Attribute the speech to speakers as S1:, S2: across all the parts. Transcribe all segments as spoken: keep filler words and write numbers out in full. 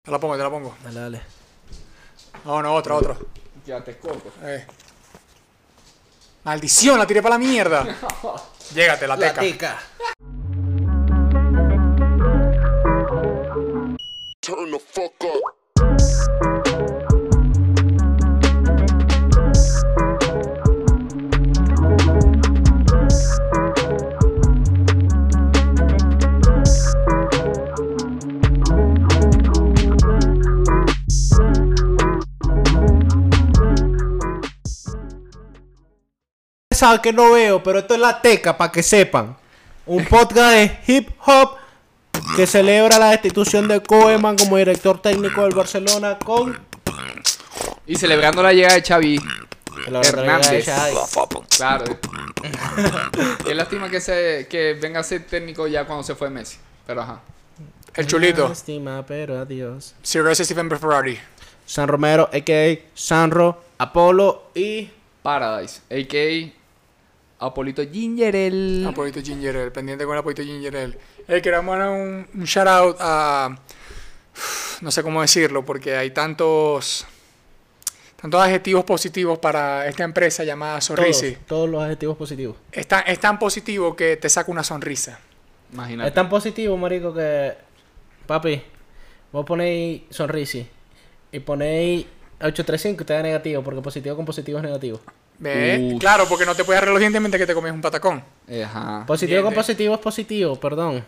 S1: Te la pongo, te la pongo.
S2: Dale, dale.
S1: No, no, otra, otra.
S3: Ya te corto.
S1: Eh. Maldición, la tiré para la mierda. Llégate, la teca.
S2: La teca.
S4: Turn the fuck up.
S2: Saben que no veo, pero esto es La Teca, para que sepan. Un podcast de hip hop que celebra la destitución de Koeman como director técnico del Barcelona con...
S3: Y celebrando la llegada de Xavi
S2: La
S3: Hernández.
S2: Ay,
S3: Claro. Qué lástima que, se, que venga a ser técnico ya cuando se fue Messi. Pero ajá.
S1: El chulito.
S2: Lástima, pero adiós.
S1: Sir Stephen Ferrari.
S2: San Romero, a k a. Sanro, Apolo y...
S3: Paradise, a k a. Apolito Ginger el...
S1: Apolito Ginger Ale, pendiente con el Apolito Ginger Ale. Eh, queremos dar un, un shout out a... No sé cómo decirlo, porque hay tantos... Tantos adjetivos positivos para esta empresa llamada Sonrisi.
S2: Todos, todos los adjetivos positivos.
S1: Es tan, es tan positivo que te saca una sonrisa.
S3: Imagínate.
S2: Es tan positivo, marico, que... Papi, vos ponéis Sonrisi y ponéis ocho tres cinco y te da negativo, porque positivo con positivo es negativo.
S1: ¿Ves?
S3: Uf.
S1: Claro, porque no te puedes arreglar los dientes mientras que te comes un patacón.
S3: Ajá.
S2: Positivo con
S1: ¿Entiendes?
S2: positivo es positivo, perdón.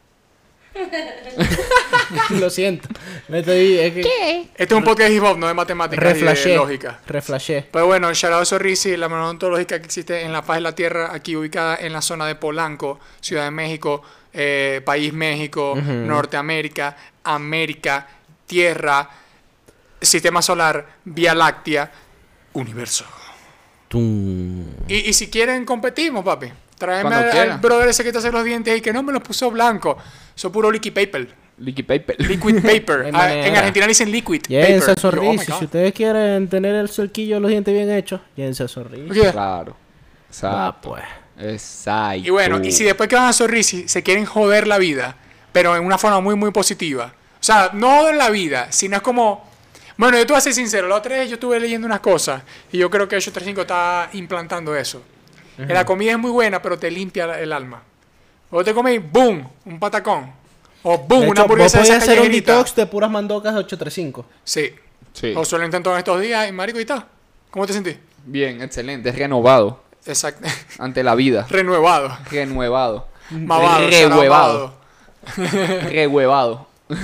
S2: Lo siento. Me estoy... Es que...
S1: Este es un podcast de hip hop, no de matemáticas y de
S2: Reflashé.
S1: lógica.
S2: Reflashé.
S1: Pero bueno, shout out a Sorrisi, la mejor odontológica que existe en la faz de la tierra, aquí ubicada en la zona de Polanco, Ciudad de México, eh, País México,
S2: Ujú.
S1: Norteamérica, América, Tierra, Sistema Solar, Vía Láctea, Universo.
S2: Tum.
S1: Y, y si quieren, competimos, papi. Tráeme
S3: Cuando
S1: al,
S3: quiera.
S1: al brother ese que te hace los dientes y que no me los puso blanco. Eso puro liquid paper.
S3: Liquid Paper.
S1: Liquid paper.
S2: Hay
S1: Ah, en
S2: manera.
S1: Argentina le dicen liquid
S2: Llévense a
S1: paper. Yo, oh my
S2: Sonrisi.
S1: God.
S2: Si ustedes quieren tener el cerquillo de los dientes bien hechos, llévense a Sonrisi.
S1: Ok.
S3: Claro.
S2: Ah,
S3: Exacto.
S2: pues.
S3: Exacto.
S1: Y bueno, y si después que van a Sorrisi se quieren joder la vida, pero en una forma muy, muy positiva. O sea, no joder la vida, sino es como... Bueno, yo te voy a ser sincero, la otra vez yo estuve leyendo unas cosas y yo creo que ocho tres cinco está implantando eso. Que la comida es muy buena, pero te limpia la- el alma. O te comes, boom, un patacón. O boom,
S2: De
S1: una
S2: hecho, vos
S1: hamburguesa de
S2: podés
S1: esa
S2: hacer un
S1: callejerita.
S2: detox de puras mandocas de ocho tres cinco.
S1: Sí.
S3: Sí.
S1: O solo intento en estos días y marico, ¿y tal? ¿Cómo te sentís?
S3: Bien, excelente. Renovado.
S1: Exacto.
S3: Ante la vida.
S1: Renuevado.
S3: Renuevado.
S1: Mamado.
S3: Rehuevado.
S1: zarabado.
S3: Rehuevado.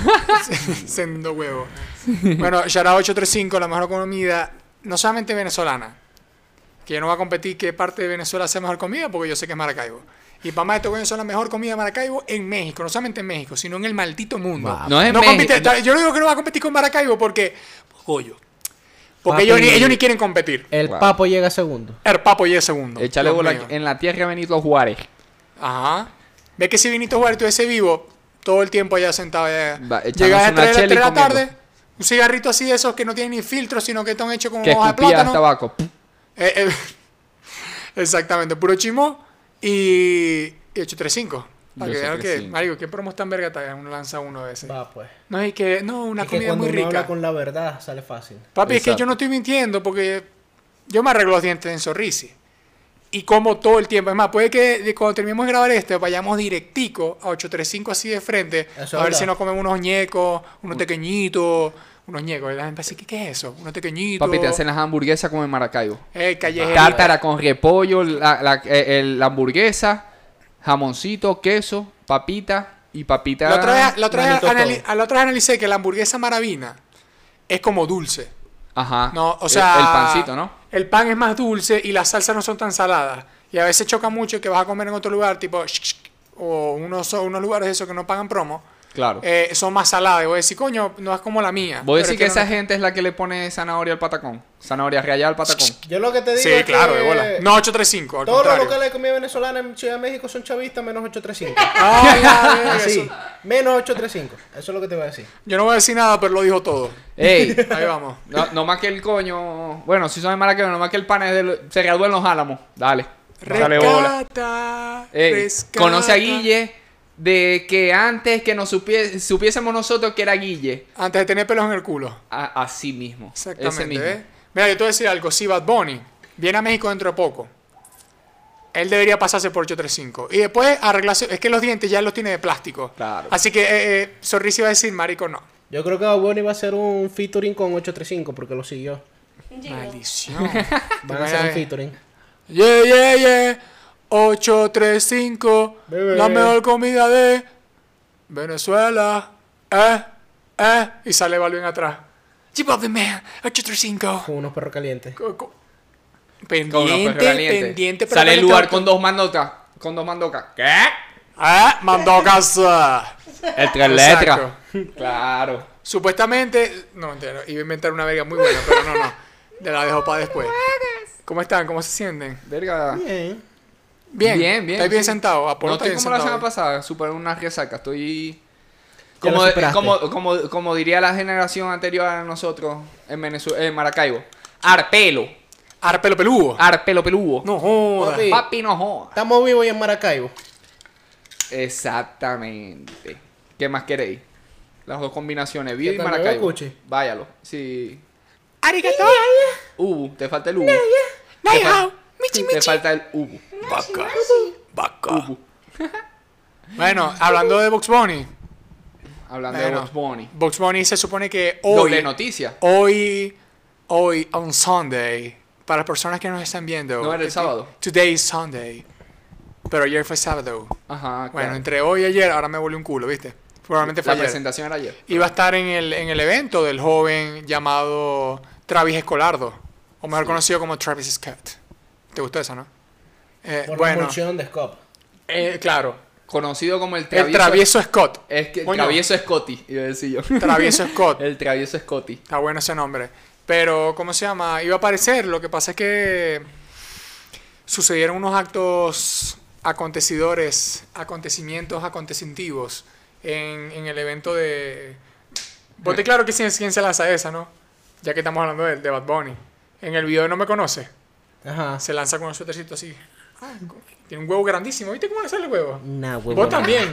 S1: Sendo huevo. Bueno, Shara ocho tres cinco, la mejor comida, no solamente venezolana, que yo no voy a competir qué parte de Venezuela hace mejor comida, porque yo sé que es Maracaibo. Y para más, estos son la mejor comida de Maracaibo en México, no solamente en México, sino en el maldito mundo.
S2: Va.
S3: No es en
S1: compite-
S3: México.
S1: Yo no digo que no va a competir con Maracaibo porque, pollo. Porque
S2: Papi.
S1: ellos, ni- ellos ni quieren competir.
S2: El
S3: Claro.
S2: papo llega segundo.
S1: El papo y el segundo.
S3: Échale
S1: Dios
S3: bola
S1: mío.
S3: en la tierra Benito Juárez.
S1: Ajá. Ve que si Benito Juárez estuviese vivo, todo el tiempo allá sentado allá.
S3: Va, echándose
S1: Llegas a
S3: una
S1: las tres
S3: chela y
S1: de la
S3: comiendo.
S1: tarde, un cigarrito así de esos que no tienen ni filtro, sino que están hechos con
S3: Que
S1: hojas de
S3: escupía
S1: plátano.
S3: tabaco.
S1: Eh, eh, exactamente, puro chimo y, y ocho tres cinco. Para
S3: Y
S1: que vean que,
S3: ocho tres cinco.
S1: marico, ¿qué promos tan verga está? Uno lanza uno de ese.
S2: Va, pues.
S1: No, es que, no, una
S2: Es que
S1: comida
S2: cuando
S1: muy
S2: uno
S1: rica.
S2: habla con la verdad, sale fácil.
S1: Papi, es que
S3: Exacto.
S1: yo no estoy mintiendo porque yo me arreglo los dientes en Sorrisi. Y como todo el tiempo. Es más, puede que de- cuando terminemos de grabar este, vayamos directico a ocho tres cinco así de frente.
S2: Eso es
S1: a ver
S2: verdad.
S1: si nos comemos unos ñecos, unos pequeñitos, unos ñecos. La gente dice, ¿qué, ¿qué es eso? Unos pequeñitos.
S3: Papi, te hacen las hamburguesas como en Maracaibo.
S1: Eh, callejerita.
S3: Tártara con repollo, la, la, eh, el- la hamburguesa, jamoncito, queso, papita y papita.
S1: La otra vez, la otra vez
S2: manito
S1: anali-
S2: todo.
S1: a la otra vez analicé que la hamburguesa maravina es como dulce.
S3: Ajá.
S1: No, o
S3: El-
S1: sea,
S3: El, pancito, ¿no?
S1: El pan es más dulce y las salsas no son tan saladas. Y a veces choca mucho que vas a comer en otro lugar, tipo, o unos, unos lugares esos que no pagan promo,
S3: Claro.
S1: eh, son más saladas. Y voy a decir, coño, no es como la mía.
S3: Voy a
S1: Pero
S3: decir
S1: es
S3: que
S1: no-
S3: esa gente es la que le pone zanahoria al patacón. Zanahoria rallada al patacón.
S2: Yo lo que te digo
S1: Sí,
S2: es
S1: claro,
S2: que
S1: de bola. No, ocho tres cinco, al
S2: todos los
S1: contrario.
S2: locales de comida venezolana en Ciudad de México son chavistas menos ocho tres cinco.
S1: Ay, ya, ya,
S2: Así,
S1: eso.
S2: menos ocho tres cinco. Eso es lo que te voy a decir.
S1: Yo no voy a decir nada, pero lo dijo todo.
S3: Ey,
S1: Ahí vamos.
S3: no, no más que el coño. Bueno, si son de Maracaibo, no más que el pan es de lo- se graduó en los Álamos. Dale. Dale bola.
S1: Rescata,
S3: Ey,
S1: rescata.
S3: conoce a Guille, de que antes que nos supie- supiésemos nosotros que era Guille.
S1: Antes de tener pelos en el culo.
S3: A- así mismo. Ese
S1: Exactamente,
S3: mismo.
S1: ¿eh? Mira, yo te voy a decir algo. Si Bad Bunny viene a México dentro de poco, él debería pasarse por ocho tres cinco. Y después arreglarse... Es que los dientes ya los tiene de plástico.
S3: Claro.
S1: Así que, eh, eh, Sorrisi va a decir, marico, no.
S2: Yo creo que Bad Bunny va a hacer un featuring con ocho tres cinco porque lo siguió.
S1: Maldición.
S2: Van a hacer un featuring.
S1: Yeah, yeah, yeah. ocho tres cinco.
S2: Bebé.
S1: La mejor comida de Venezuela. Eh, eh. Y sale Balvin atrás. Keep up the man. ocho tres cinco.
S2: Con unos perros calientes.
S1: Co- co-
S3: Con unos
S1: Pendiente,
S3: perros calientes.
S1: pendiente.
S3: Sale el
S1: caliente.
S3: lugar con dos mandocas. Con dos mandocas. ¿Qué?
S1: Ah, mandó casa.
S3: El tres
S1: Exacto.
S3: letras. Claro.
S1: Supuestamente, no, mentira, iba a inventar una verga muy buena, pero no, no. De la dejo para después. ¿Cómo están? ¿Cómo se sienten?
S3: Verga.
S2: Bien.
S1: Bien,
S3: Bien, bien,
S1: ¿Estáis bien
S3: sí.
S1: sentados? Apolo
S3: No
S1: está
S3: estoy
S1: bien
S3: como la
S1: sentado.
S3: semana pasada, super una resaca. Estoy.
S2: Ya lo
S3: Como,
S2: superaste.
S3: como, como, como diría la generación anterior a nosotros en Venezuela, en Maracaibo. Arpelo.
S1: Arpelo peludo.
S3: Arpelo peludo.
S1: No jodas.
S2: Papi.
S3: Papi no joda.
S2: Estamos vivos y en Maracaibo.
S3: Exactamente. ¿Qué más queréis? Las dos combinaciones, Vivo y
S2: ¿Qué tal,
S3: Maracaibo.
S2: bebé Cuchi?
S3: Váyalo. Sí.
S1: Arigato.
S3: Ubu, te falta el Ubu.
S1: Nai
S3: Te,
S1: hao.
S3: fal-
S1: Michi,
S3: te
S1: michi.
S3: falta el Ubu.
S1: Vaca. Vaca. Bueno, hablando de Box Bunny.
S3: Hablando de
S1: Bueno,
S3: Box Bunny.
S1: Box Bunny se supone que
S3: Doble
S1: hoy,
S3: noticia.
S1: hoy, hoy, on Sunday, para las personas que nos están viendo.
S3: No era el sábado.
S1: Today is Sunday. Pero ayer fue sábado.
S3: Ajá,
S1: Bueno,
S3: claro.
S1: entre hoy y ayer, ahora me volvió un culo, ¿viste? Probablemente fue
S3: La
S1: ayer.
S3: presentación era ayer.
S1: Iba a estar en el, en el evento del joven llamado Travis Escolardo, o mejor conocido como Travis Scott. ¿Te gustó eso, no? Eh,
S2: Por la
S1: bueno,
S2: emulsión de Scott.
S1: eh, claro,
S3: Conocido como el
S1: el
S3: travieso.
S1: travieso Scott.
S3: Es que el
S1: Coño,
S3: travieso Scotty, iba a decir yo.
S1: Travieso Scott.
S3: El travieso Scotty.
S1: Está bueno ese nombre. Pero, ¿cómo se llama? Iba a aparecer, lo que pasa es que sucedieron unos actos acontecedores, acontecimientos acontecitivos en, en el evento de... Ponte claro que quién, quién se lanza esa, ¿no? Ya que estamos hablando de, de Bad Bunny. En el video de No Me Conoce,
S2: Ajá.
S1: se lanza con un suétercito así. Ah, tiene un huevo grandísimo. ¿Viste cómo le sale el huevo?
S2: Nah, huevo.
S1: Vos también.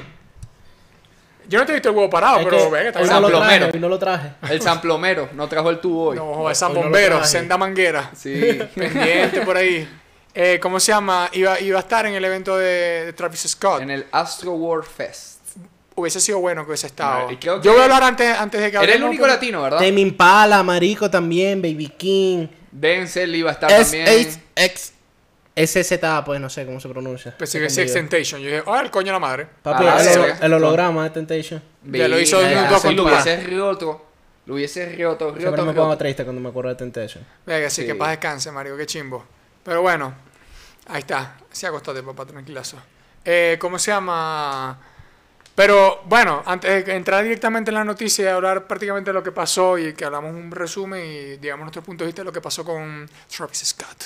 S1: Yo no te he visto el huevo parado,
S2: Es
S1: pero
S2: que
S1: venga, está
S2: hoy
S1: bien.
S2: no lo
S3: Samplomero.
S2: traje, hoy no lo traje.
S3: El samplomero, no trajo el tubo hoy.
S1: No, joder, San
S2: Hoy no lo
S1: Bombero,
S2: traje.
S1: senda manguera.
S3: Sí.
S1: Pendiente por ahí. Eh, ¿Cómo se llama? Iba, iba a estar en el evento de, de Travis Scott.
S3: En el Astro World Fest.
S1: Hubiese sido bueno que hubiese estado.
S3: No, y creo que-
S1: Yo voy a hablar antes, antes de que
S3: Era el
S1: hablemos,
S3: único
S1: pero-
S3: latino, ¿verdad?
S2: Tame Impala, Marico también, Baby King.
S3: Denzel iba a estar
S2: S
S3: también.
S2: H X. S Z, pues no sé cómo se pronuncia.
S1: Pensé que
S2: Estoy
S1: decía
S2: confundido.
S1: Temptation. Yo dije, oh, el coño de la madre.
S2: Papi,
S3: Ah,
S2: el,
S3: sí,
S2: holo-
S3: sí.
S2: el holograma de Temptation.
S1: Ya lo hizo
S3: Verga,
S1: dos
S3: sí,
S1: con
S3: lo
S1: tu
S3: hubiese roto. Lo hubiese roto, roto,
S2: Siempre me
S3: roto.
S2: pongo triste cuando me acuerdo de Temptation.
S1: Venga, sí,
S3: Sí.
S1: que paz descanse, Mario, qué chimbo. Pero bueno, ahí está. Sí, acostate, papá, tranquilazo. Eh, ¿Cómo se llama? Pero bueno, antes de entrar directamente en la noticia y hablar prácticamente de lo que pasó y que hablamos un resumen y digamos nuestro punto de vista de lo que pasó con Travis Scott.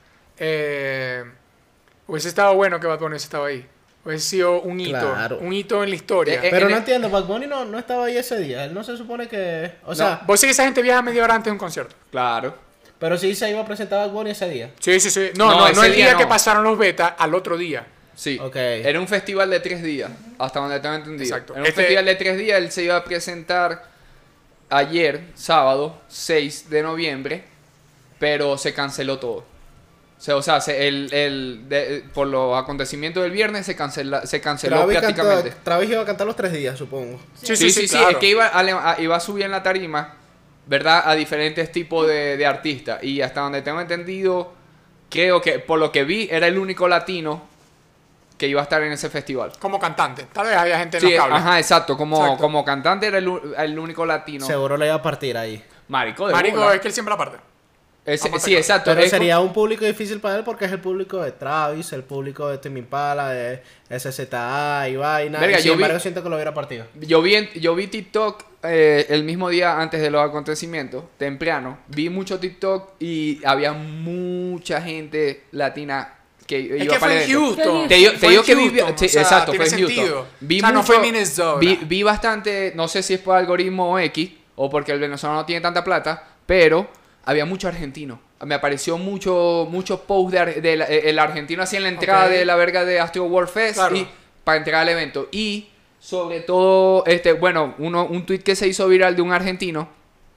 S1: Eh, hubiese estado bueno que Bad Bunny hubiese estado ahí. Hubiese sido un hito,
S2: Claro.
S1: un hito en la historia.
S3: Eh, eh,
S2: Pero
S3: en
S2: no
S3: el-
S2: entiendo, Bad Bunny no, no estaba ahí ese día. Él no se supone que... O
S3: No.
S2: sea,
S1: Vos sí que esa gente viaja media hora antes de un concierto.
S3: Claro.
S2: pero sí se iba a presentar Bad Bunny ese día.
S1: Sí, sí, sí. No,
S3: No,
S1: no, no,
S3: ese
S1: el día
S3: día
S1: que
S3: no.
S1: pasaron los betas, al otro día.
S3: Sí.
S2: Ok.
S3: Era un festival de tres días, hasta donde tengo entendido.
S1: Exacto.
S3: Era un
S1: Este-
S3: festival de tres días, él se iba a presentar ayer, sábado, seis de noviembre, pero se canceló todo. O sea, o sea se- el, el, de- por los acontecimientos del viernes se, cancela, se canceló
S2: Travis,
S3: prácticamente.
S2: cantó- Travis iba a cantar los tres días, supongo.
S1: Sí,
S3: Sí, sí, sí,
S1: claro.
S3: es que iba a, le- a- iba a subir en la tarima, ¿verdad? A diferentes tipos de, de artistas. Y hasta donde tengo entendido, creo que por lo que vi, era el único latino que iba a estar en ese festival.
S1: Como cantante. Tal vez haya gente en
S3: Sí,
S1: los cables.
S3: ajá, exacto. Como,
S1: Exacto.
S3: como cantante era el, u- el único latino.
S2: Seguro le iba a partir ahí.
S3: Marico de
S1: Marico,
S3: bola.
S1: es que él siempre aparte.
S3: Ese-
S1: vamos a
S3: sí,
S1: sacar.
S3: exacto.
S2: Pero
S3: es
S2: sería un público difícil para él porque es el público de Travis, el público de Tame Impala, de S Z A y vaina.
S3: Verga,
S2: y sin
S3: yo vi-
S2: embargo siento que lo hubiera partido.
S3: como- yo vi, en- yo vi TikTok eh, el mismo día antes de los acontecimientos, temprano. Vi mucho TikTok y había mucha gente latina que
S1: Es
S3: iba
S1: que
S3: para
S1: fue
S3: el
S1: en
S3: evento.
S1: Houston.
S3: Te digo, te
S1: Fue
S3: digo
S1: en
S3: que vi,
S1: Houston,
S3: sí,
S1: o sea,
S3: exacto, fue
S1: tiene
S3: en Houston.
S1: sentido.
S3: Vi
S1: O sea, no
S3: mucho-
S1: fue Minnesota.
S3: Vi, vi bastante, no sé si es por algoritmo X o porque el venezolano no tiene tanta plata, pero había mucho argentino. Me apareció mucho mucho post de, ar- de la- el argentino así en la entrada
S1: Ok.
S3: de la verga de Astro World Fest
S1: Claro.
S3: y para entrar al evento. Y sobre todo, este, bueno, uno, un tweet que se hizo viral de un argentino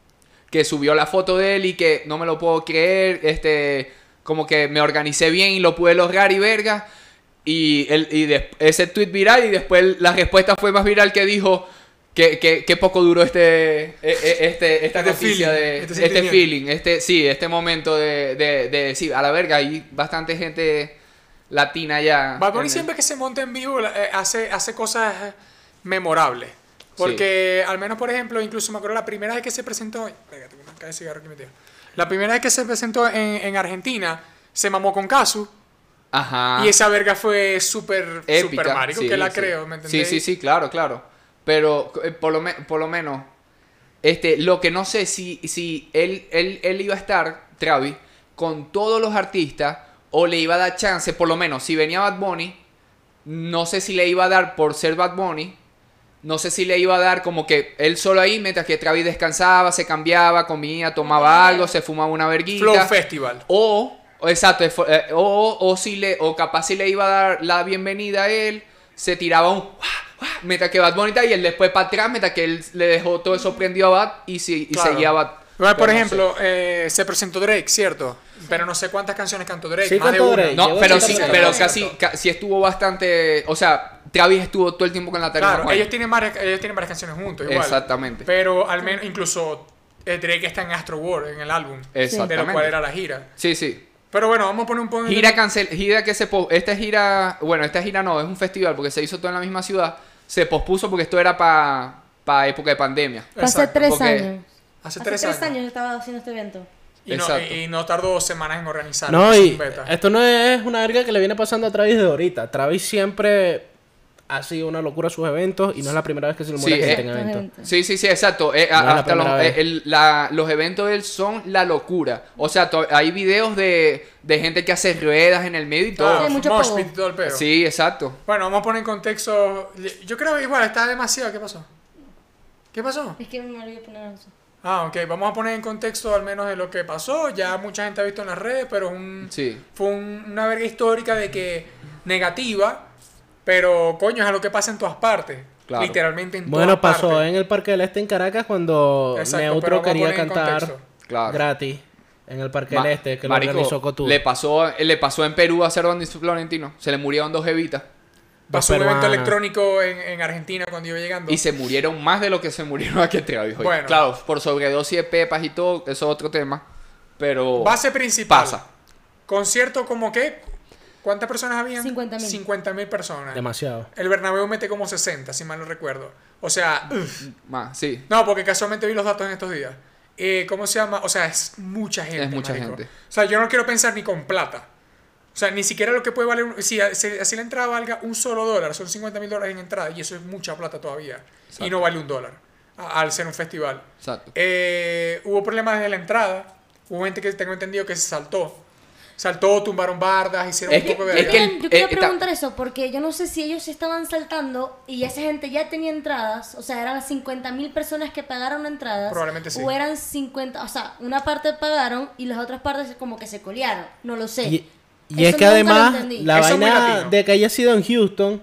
S3: que subió la foto de él y que no me lo puedo creer, este, como que me organicé bien y lo pude lograr y verga. Y, el, y de, ese tweet viral y después la respuesta fue más viral que dijo que, que, que poco duró este, este, esta
S1: Este
S3: noticia
S1: feeling,
S3: de
S1: este
S3: este,
S1: sentimiento.
S3: feeling, este, sí, este momento de, de, de sí, a la verga, hay bastante gente latina ya.
S1: Bad Bunny
S3: en el-
S1: siempre que se monta en vivo eh, hace, hace cosas memorables. Porque al menos, por ejemplo, incluso me acuerdo la primera vez que se presentó... Espérate, que me cae el cigarro aquí metido. La primera vez que se presentó en, en Argentina, se mamó con Casu.
S3: Ajá.
S1: Y esa verga fue súper
S3: Épica,
S1: súper marico,
S3: sí,
S1: que la
S3: sí.
S1: creo, ¿me
S3: Sí,
S1: entendés?
S3: sí, sí, claro, claro. Pero eh, por lo, me- por lo menos, este, lo que no sé si, si él, él, él iba a estar, Travis, con todos los artistas o le iba a dar chance, por lo menos, si venía Bad Bunny, no sé si le iba a dar por ser Bad Bunny, no sé si le iba a dar como que él solo ahí, mientras que Travis descansaba, se cambiaba, comía, tomaba algo, se fumaba una verguita.
S1: Flow Festival.
S3: O, o exacto, eh, fue- eh, o, o si le, o capaz si le iba a dar la bienvenida a él, se tiraba un "Guau, guau", mientras que Bad Bunny está y él después para atrás, mientras que él le dejó todo eso prendido a Bad y, si, y
S1: Claro.
S3: seguía Bad.
S1: Bueno, por
S3: Pero no
S1: ejemplo, eh, se presentó Drake, ¿cierto? Pero no sé cuántas canciones cantó Drake.
S2: Sí
S1: más de
S2: cantó
S1: una.
S2: Drake.
S3: No,
S2: Llegó
S3: pero
S2: chica
S3: sí,
S2: Drake.
S3: pero
S1: Cierto.
S3: casi, ca- sí estuvo bastante, o sea, Travis estuvo todo el tiempo con la tarima.
S1: Claro,
S3: con él.
S1: ellos tienen, varias, ellos tienen varias canciones juntos, igual.
S3: Exactamente.
S1: Pero al menos, incluso eh, Drake está en Astro World, en el álbum.
S3: Exactamente.
S1: De lo cual era la gira.
S3: Sí, sí.
S1: Pero bueno, vamos a poner un poco...
S3: Gira cancel, gira que se pos- esta gira, bueno, esta gira no, es un festival porque se hizo todo en la misma ciudad, se pospuso porque esto era para pa época de pandemia.
S5: Fue hace
S1: Exacto,
S5: tres
S3: porque-
S5: años.
S1: Hace
S5: Hace
S1: tres,
S5: tres
S1: años.
S5: años estaba haciendo este evento.
S1: Y no,
S3: Exacto.
S1: y, y no tardó dos semanas en organizar.
S2: No,
S1: es
S2: y
S1: un beta.
S2: esto no es una verga que le viene pasando a Travis de ahorita. Travis siempre ha sido una locura sus eventos y no es la primera vez que se le muere
S3: Sí,
S2: gente
S3: eh,
S2: en eventos.
S5: Gente.
S3: Sí, sí, sí, exacto. Eh, a-
S2: No es la
S3: hasta los,
S2: primera
S3: eh,
S2: vez.
S3: el- la- los eventos de él son la locura. O sea, to- hay videos de, de gente que hace ruedas en el medio y todo.
S1: Claro,
S5: Sí, mucho
S1: mosh
S5: pogo.
S1: pit y todo el pedo.
S3: Sí, exacto.
S1: Bueno, vamos a poner en contexto... Yo creo que igual está demasiado... ¿Qué pasó? ¿Qué pasó?
S5: Es que me olvidé poner eso.
S1: Ah, ok. Vamos a poner en contexto al menos de lo que pasó. Ya mucha gente ha visto en las redes, pero un,
S3: Sí.
S1: fue un- una verga histórica de que negativa, pero coño, es a lo que pasa en todas partes.
S3: Claro.
S1: Literalmente en
S2: Bueno,
S1: todas
S2: pasó
S1: partes.
S2: en el Parque del Este en Caracas cuando
S1: Exacto, pero
S2: Neutro
S1: vamos a
S2: quería
S1: poner en
S2: cantar
S1: contexto.
S3: Claro.
S2: gratis en el Parque
S3: Ma-
S2: del Este, que
S3: Marico,
S2: lo organizó Cotudo.
S3: le pasó, le pasó en Perú a Cervando y Florentino. Se le murieron dos jevitas.
S1: Pasó un evento
S2: peruanas.
S1: electrónico en, en Argentina cuando iba llegando.
S3: Y se murieron más de lo que se murieron aquí en Travis. hoy.
S1: Bueno.
S3: Claro, por sobredosis de pepas y todo, eso es otro tema. Pero
S1: Base principal.
S3: pasa.
S1: Concierto como que... ¿Cuántas personas habían?
S5: cincuenta mil.
S1: cincuenta mil personas.
S2: Demasiado.
S1: El Bernabéu mete como sesenta, si mal no recuerdo. O sea, uf.
S3: Más, sí.
S1: No, porque casualmente vi los datos en estos días. Eh, ¿Cómo se llama? O sea, es mucha gente.
S3: Es mucha
S1: marico.
S3: gente.
S1: O sea, yo no quiero pensar ni con plata. O sea, ni siquiera lo que puede valer... un- Si así si la entrada valga un solo dólar, son cincuenta mil dólares en entrada. Y eso es mucha plata todavía.
S3: Exacto.
S1: Y no vale un dólar. a- Al ser un festival.
S3: Exacto.
S1: Eh, hubo problemas desde la entrada. Hubo gente que tengo entendido que se saltó. Saltó, tumbaron bardas, hicieron
S3: Es
S1: un
S3: que-
S1: poco de...
S3: es que el-
S5: Yo quería
S3: eh, está-
S5: preguntar eso, porque yo no sé si ellos se estaban saltando y esa gente ya tenía entradas, o sea, eran las cincuenta mil personas que pagaron entradas.
S1: Probablemente sí.
S5: O eran cincuenta, o sea, una parte pagaron y las otras partes como que se colearon, no lo sé.
S2: Y, y
S5: Eso
S2: es que
S5: nunca lo
S2: además,
S5: entendí.
S2: la
S1: Eso es muy
S2: vaina
S1: latino.
S2: de que haya sido en Houston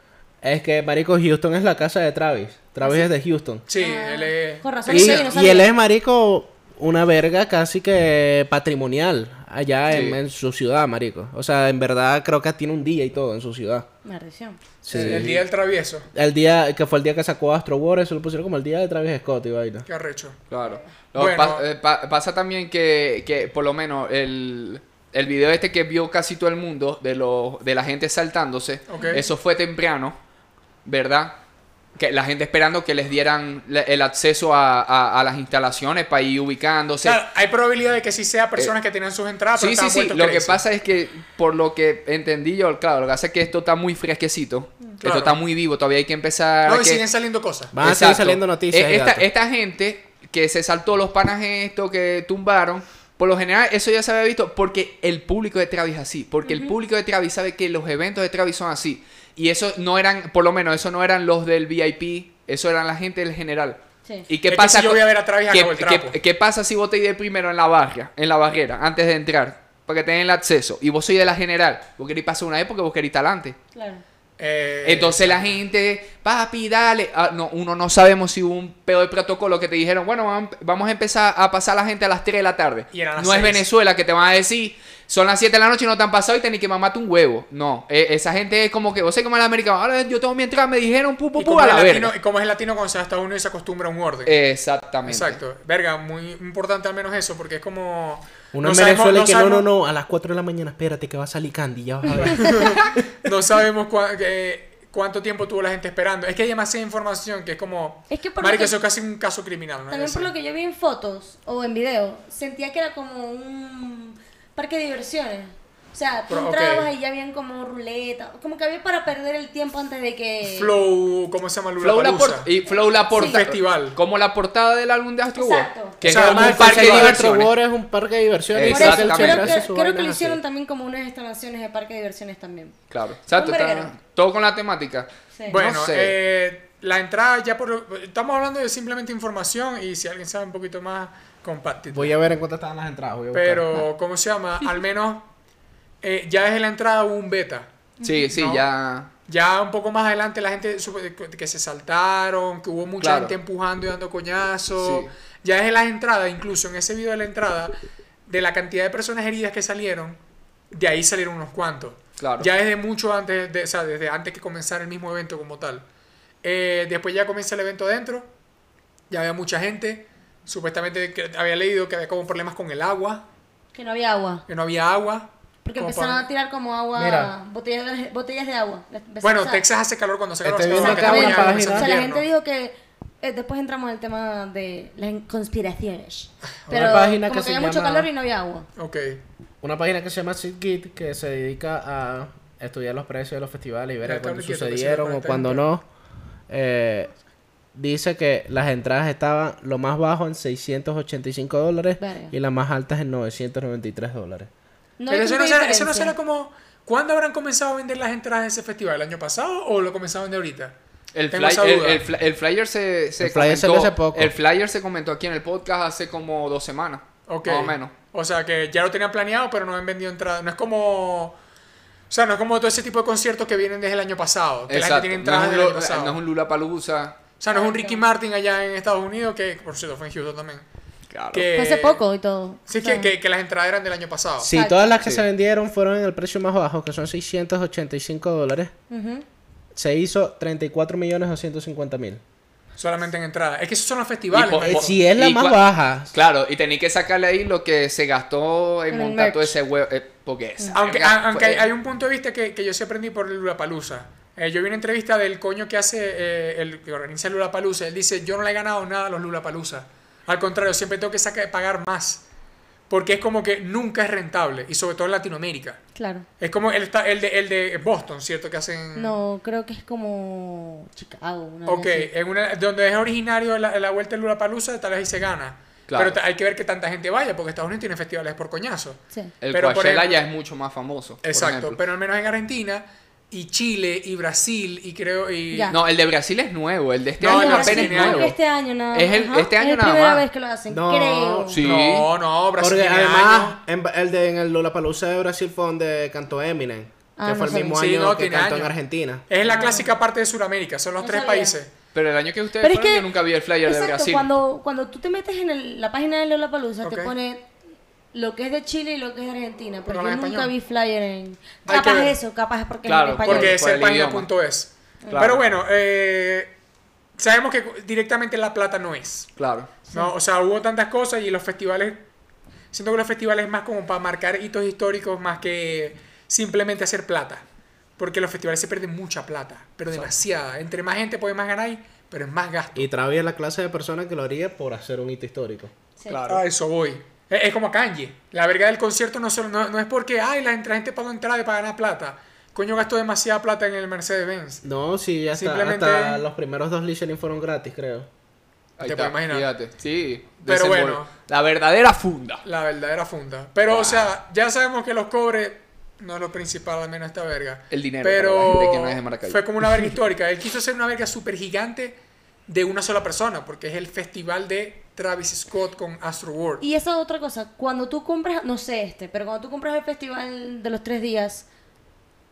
S2: es que, marico, Houston es la casa de Travis. Travis es de Houston.
S1: Sí,
S5: Ah,
S1: él es...
S5: con razón,
S2: Y,
S5: no sé, yo no
S2: y
S5: sabía.
S2: él es, marico, una verga casi que patrimonial allá en,
S3: Sí.
S2: en su ciudad, marico. O sea, en verdad creo que tiene un día y todo en su ciudad.
S5: Maldición.
S2: Sí.
S1: El día del travieso.
S2: El día que fue el día que sacó Astro World, eso lo pusieron como el día de Travis Scott y vaina.
S1: Qué arrecho.
S3: Claro. No,
S1: Bueno.
S3: pa- eh, pa- pasa también que, que por lo menos el, el video este que vio casi todo el mundo de, lo, de la gente saltándose,
S1: Ok.
S3: eso fue temprano, ¿verdad? Que la gente esperando que les dieran la- el acceso a, a- a las instalaciones para ir ubicándose.
S1: Claro, hay probabilidad de que sí sea personas que tenían sus entradas, pero
S3: Sí, sí,
S1: estaban
S3: sí.
S1: vueltos
S3: Lo que
S1: crazy.
S3: pasa es que, por lo que entendí yo, claro, lo que pasa es que esto está muy fresquecito.
S1: Claro.
S3: Esto está muy vivo. Todavía hay que empezar.
S1: No,
S3: a
S1: y
S3: que-
S1: siguen saliendo cosas.
S2: Van a seguir
S3: Exacto.
S2: saliendo noticias.
S3: Eh,
S2: y
S3: Esta,
S2: datos.
S3: esta gente que se saltó los panas esto, que tumbaron, por lo general eso ya se había visto porque el público de Travis es así. Porque el público de Travis sabe que los eventos de Travis son así. Y eso no eran, por lo menos, eso no eran los del V I P, eso eran la gente del general.
S5: Sí.
S3: ¿Y qué
S1: Es que
S3: pasa?
S1: si yo
S3: con-
S1: voy a ver a Travis,
S3: ¿qué,
S1: acabo el trapo.
S3: qué- qué pasa si vos te ir primero en la barra, en la barrera, antes de entrar? Para que tengan el acceso. Y vos sois de la general. Vos querés pasar una vez porque vos querés estar adelante.
S5: Claro.
S1: Eh,
S3: Entonces la gente, papi, dale. Ah, no, uno no sabemos si hubo un pedo de protocolo que te dijeron, bueno, vam- vamos a empezar a pasar a la gente a las tres de la tarde.
S1: Y eran las
S3: No es
S1: seis.
S3: Venezuela que te van a decir, son las siete de la noche y no te han pasado y tenés que mamarte un huevo. No, eh, esa gente es como que, vos sé como el americano, ahora yo tengo mi entrada, me dijeron, pu, pu,
S1: y
S3: pu,
S1: como
S3: a
S1: es
S3: la
S1: latino,
S3: verga.
S1: y como es latino cuando se va a Estados Unidos se acostumbra a un orden.
S3: Exactamente.
S1: Exacto. Verga, muy importante al menos eso, porque es como...
S2: Uno
S1: no
S2: en
S1: sabemos-
S2: Venezuela y que no,
S1: sabemos-
S2: no, no, a las cuatro de la mañana, espérate que va a salir Candy, ya vas a ver.
S1: No sabemos cua- que- cuánto tiempo tuvo la gente esperando. Es que hay demasiada información que es como...
S5: Es que por
S1: Marico,
S5: lo que-
S1: eso es casi un caso criminal, ¿no?
S5: También por lo que yo vi en fotos o en video, sentía que era como un parque de diversiones. O sea, tú
S1: Pero,
S5: entrabas
S1: ok.
S5: y ya habían como ruleta, como que había para perder el tiempo antes de que...
S1: Flow, ¿cómo se llama?
S3: Flow la,
S1: Lollapalooza.
S3: por- y Flow la portada.
S1: Festival.
S3: Como la portada del álbum de Astro World.
S5: Exacto.
S3: Que
S1: O sea,
S3: es como
S1: además
S3: un
S1: el
S3: parque de
S1: festival de
S2: Astro
S3: diversiones.
S2: World es un parque de diversiones.
S5: Por eso,
S3: Exactamente.
S5: creo
S2: Siempre hace
S5: que,
S2: sus
S5: creo que lo
S2: vainas
S5: hicieron
S2: así.
S5: también como unas instalaciones de parque de diversiones también.
S3: Claro. Exacto.
S5: Un
S3: está-
S5: verguero.
S3: todo con la temática.
S5: Sí.
S1: Bueno,
S3: No sé.
S1: eh, la entrada ya por... Estamos hablando de simplemente información y si alguien sabe un poquito más, compártelo.
S2: Voy a ver en cuánto estaban las entradas. Voy a buscar.
S1: Pero, ¿cómo se llama? Al menos eh, ya desde la entrada hubo un beta.
S3: Sí, sí,
S1: No.
S3: ya.
S1: Ya un poco más adelante la gente supe que se saltaron, que hubo mucha
S3: Claro.
S1: gente empujando y dando coñazos.
S3: Sí.
S1: Ya desde las entradas, incluso en ese video de la entrada, de la cantidad de personas heridas que salieron, de ahí salieron unos cuantos.
S3: Claro.
S1: Ya desde mucho antes, de, o sea, desde antes que comenzara el mismo evento como tal. Eh, después ya comienza el evento adentro, ya había mucha gente. Supuestamente que había leído que había como problemas con el agua,
S5: Que no había agua.
S1: que no había agua.
S5: Porque
S1: como
S5: empezaron
S1: para-
S5: a tirar como agua,
S2: Mira.
S5: botellas de, botellas de agua. Les empezaron
S1: Bueno,
S5: a usar.
S1: Texas hace calor cuando hace calor.
S2: Estoy
S1: hace
S2: viendo
S1: calor,
S2: acá
S1: que
S2: una
S1: ya
S2: página.
S1: comenzó
S5: O
S1: el
S5: sea, la
S1: invierno.
S5: gente dijo que eh, después entramos en el tema de las conspiraciones.
S2: Una
S5: Pero
S2: página
S5: como
S2: que
S5: que
S2: se
S5: había mucho
S2: llama-
S5: calor y no había agua.
S1: Ok.
S2: Una página que se llama SitGit que se dedica a estudiar los precios de los festivales y ver
S1: Ya,
S2: cuándo
S1: cabrón, quieto, que
S2: sucedieron
S1: se me
S2: o cuándo
S1: conecta
S2: no. Eh, dice que las entradas estaban lo más bajo en seiscientos ochenta y cinco dólares
S5: Verga.
S2: y las más altas en novecientos noventa y tres dólares.
S5: No
S1: Pero
S5: hay
S1: eso no,
S5: tanta
S1: será, eso no
S5: diferencia.
S1: será como... ¿Cuándo habrán comenzado a vender las entradas de ese festival? ¿El año pasado o lo comenzaron de ahorita?
S3: El,
S1: Tengo
S3: fly-
S1: esa
S3: el,
S1: duda.
S3: el fly- el flyer se, se
S2: El flyer
S3: comentó.
S2: salió hace poco.
S3: El flyer se comentó aquí en el podcast hace como dos semanas.
S1: Ok.
S3: Más o menos.
S1: O sea, que ya lo tenían planeado, pero no han vendido entradas. No es como... O sea, no es como todo ese tipo de conciertos que vienen desde el año pasado. Que la gente tiene
S3: No
S1: entradas
S3: es, un,
S1: del año
S3: Lu-
S1: pasado.
S3: no es un Lollapalooza.
S1: O sea, no es un Ricky Martin allá en Estados Unidos, que por cierto fue en Houston también.
S3: Claro.
S1: Que,
S5: Fue hace poco y todo.
S1: Sí,
S5: O sea,
S1: que, que, que las entradas eran del año pasado.
S2: Sí,
S5: Exacto.
S2: todas las que
S3: Sí.
S2: se vendieron fueron en el precio más bajo, que son seiscientos ochenta y cinco dólares.
S5: ujú.
S2: Se hizo treinta y cuatro millones doscientos cincuenta mil.
S1: Solamente en entradas. Es que esos son los festivales.
S3: Y po-
S1: man.
S2: Eh,
S3: po-
S2: si es la
S3: y
S2: más
S3: cua-
S2: baja.
S3: Claro, y tenéis que sacarle ahí lo que se gastó en
S5: En el
S3: montar todo
S5: merch.
S3: ese huevo. eh, porque esa
S1: Aunque,
S3: verga
S1: a- aunque
S3: fue-
S1: hay, hay un punto de vista que, que yo sí aprendí por el Lollapalooza. Eh, yo vi una entrevista del coño que hace, eh, el que organiza el Lollapalooza. Él dice, yo no le he ganado nada a los Lollapalooza. Al contrario, siempre tengo que sacar, pagar más. Porque es como que nunca es rentable. Y sobre todo en Latinoamérica.
S5: Claro.
S1: Es como el, está- el, de, el de Boston, ¿cierto? Que hacen...
S5: No, creo que es como Chicago. Una
S1: Ok,
S5: vez así.
S1: en una, donde es originario la, la vuelta del Lollapalooza, tal vez ahí se gana.
S3: Claro.
S1: Pero ta- hay que ver que tanta gente vaya, porque Estados Unidos tiene festivales por coñazo.
S5: Sí.
S3: El
S1: pero, por
S3: Coachella
S1: ejemplo-
S3: ya es mucho más famoso. por
S1: Exacto,
S3: ejemplo.
S1: pero al menos en Argentina, y Chile, y Brasil, y creo... Y...
S5: Ya.
S3: No, el de Brasil es nuevo. El de este
S1: No,
S3: año
S1: el de
S3: apenas
S1: Brasil
S3: es
S1: tiene
S3: nuevo.
S1: años.
S5: Este año nada
S3: Es el-
S5: Ajá.
S3: este año
S5: es la
S3: nada
S5: primera
S3: más.
S5: vez que lo hacen,
S2: No.
S5: creo.
S3: Sí.
S1: No, no, Brasil
S2: Porque
S1: tiene
S2: además,
S1: años.
S2: en, el de, en el Lollapalooza de Brasil fue donde cantó Eminem.
S5: Ah,
S2: que
S5: no
S2: fue el
S5: sabía.
S2: mismo
S1: Sí,
S2: año
S1: no,
S2: que
S1: tiene
S2: cantó
S1: años.
S2: en Argentina.
S1: Es la
S5: Ah.
S1: clásica parte de Sudamérica, son los
S5: No
S1: tres
S5: sabía.
S1: países.
S3: Pero el año que ustedes
S5: Pero es
S3: fueron,
S5: que-
S3: yo nunca vi el flyer de
S5: Exacto,
S3: Brasil.
S5: cuando, cuando tú te metes en el- la página de Lollapalooza,
S1: Ok.
S5: te pone lo que es de Chile y lo que es de Argentina. Pero
S1: Pero
S5: yo
S1: en
S5: nunca
S1: español.
S5: vi flyer en...
S1: Hay que
S5: Capaz
S1: ver.
S5: eso, capaz porque
S3: Claro,
S5: en español.
S1: Porque es
S3: por
S1: el
S3: el
S1: página
S3: idioma.
S1: punto es.
S3: Claro.
S1: Pero bueno, eh, sabemos que directamente La Plata no es.
S3: Claro.
S1: ¿no? O sea, hubo tantas cosas y los festivales... Siento que los festivales es más como para marcar hitos históricos más que simplemente hacer plata. Porque los festivales se pierden mucha plata, pero demasiada. Entre más gente puede más ganar, pero es más gasto.
S2: Y Travis es la clase de persona que lo haría por hacer un hito histórico.
S5: Sí.
S3: Claro.
S1: A eso voy. Es, es como Kanye. La verga del concierto no, solo, no, no es porque, ay, la, la gente pagó entrada para ganar plata. Coño, gastó demasiada plata en el Mercedes-Benz.
S2: No, sí, hasta,
S1: Simplemente-
S2: hasta los primeros dos listening fueron gratis, creo.
S3: Ahí
S1: Te
S3: está,
S1: puedes imaginar.
S3: fíjate. Sí.
S1: Pero
S3: desenvol-
S1: bueno.
S3: La verdadera funda.
S1: La verdadera funda. Pero, o sea, ya sabemos que los cobres no es lo principal, al menos esta verga.
S3: El dinero
S1: Pero
S3: para la gente que no es de Maracaibo.
S1: fue como una verga histórica. Él quiso hacer una verga súper gigante de una sola persona, porque es el festival de Travis Scott con Astro World.
S5: Y esa otra cosa, cuando tú compras, no sé este, pero cuando tú compras el festival de los tres días,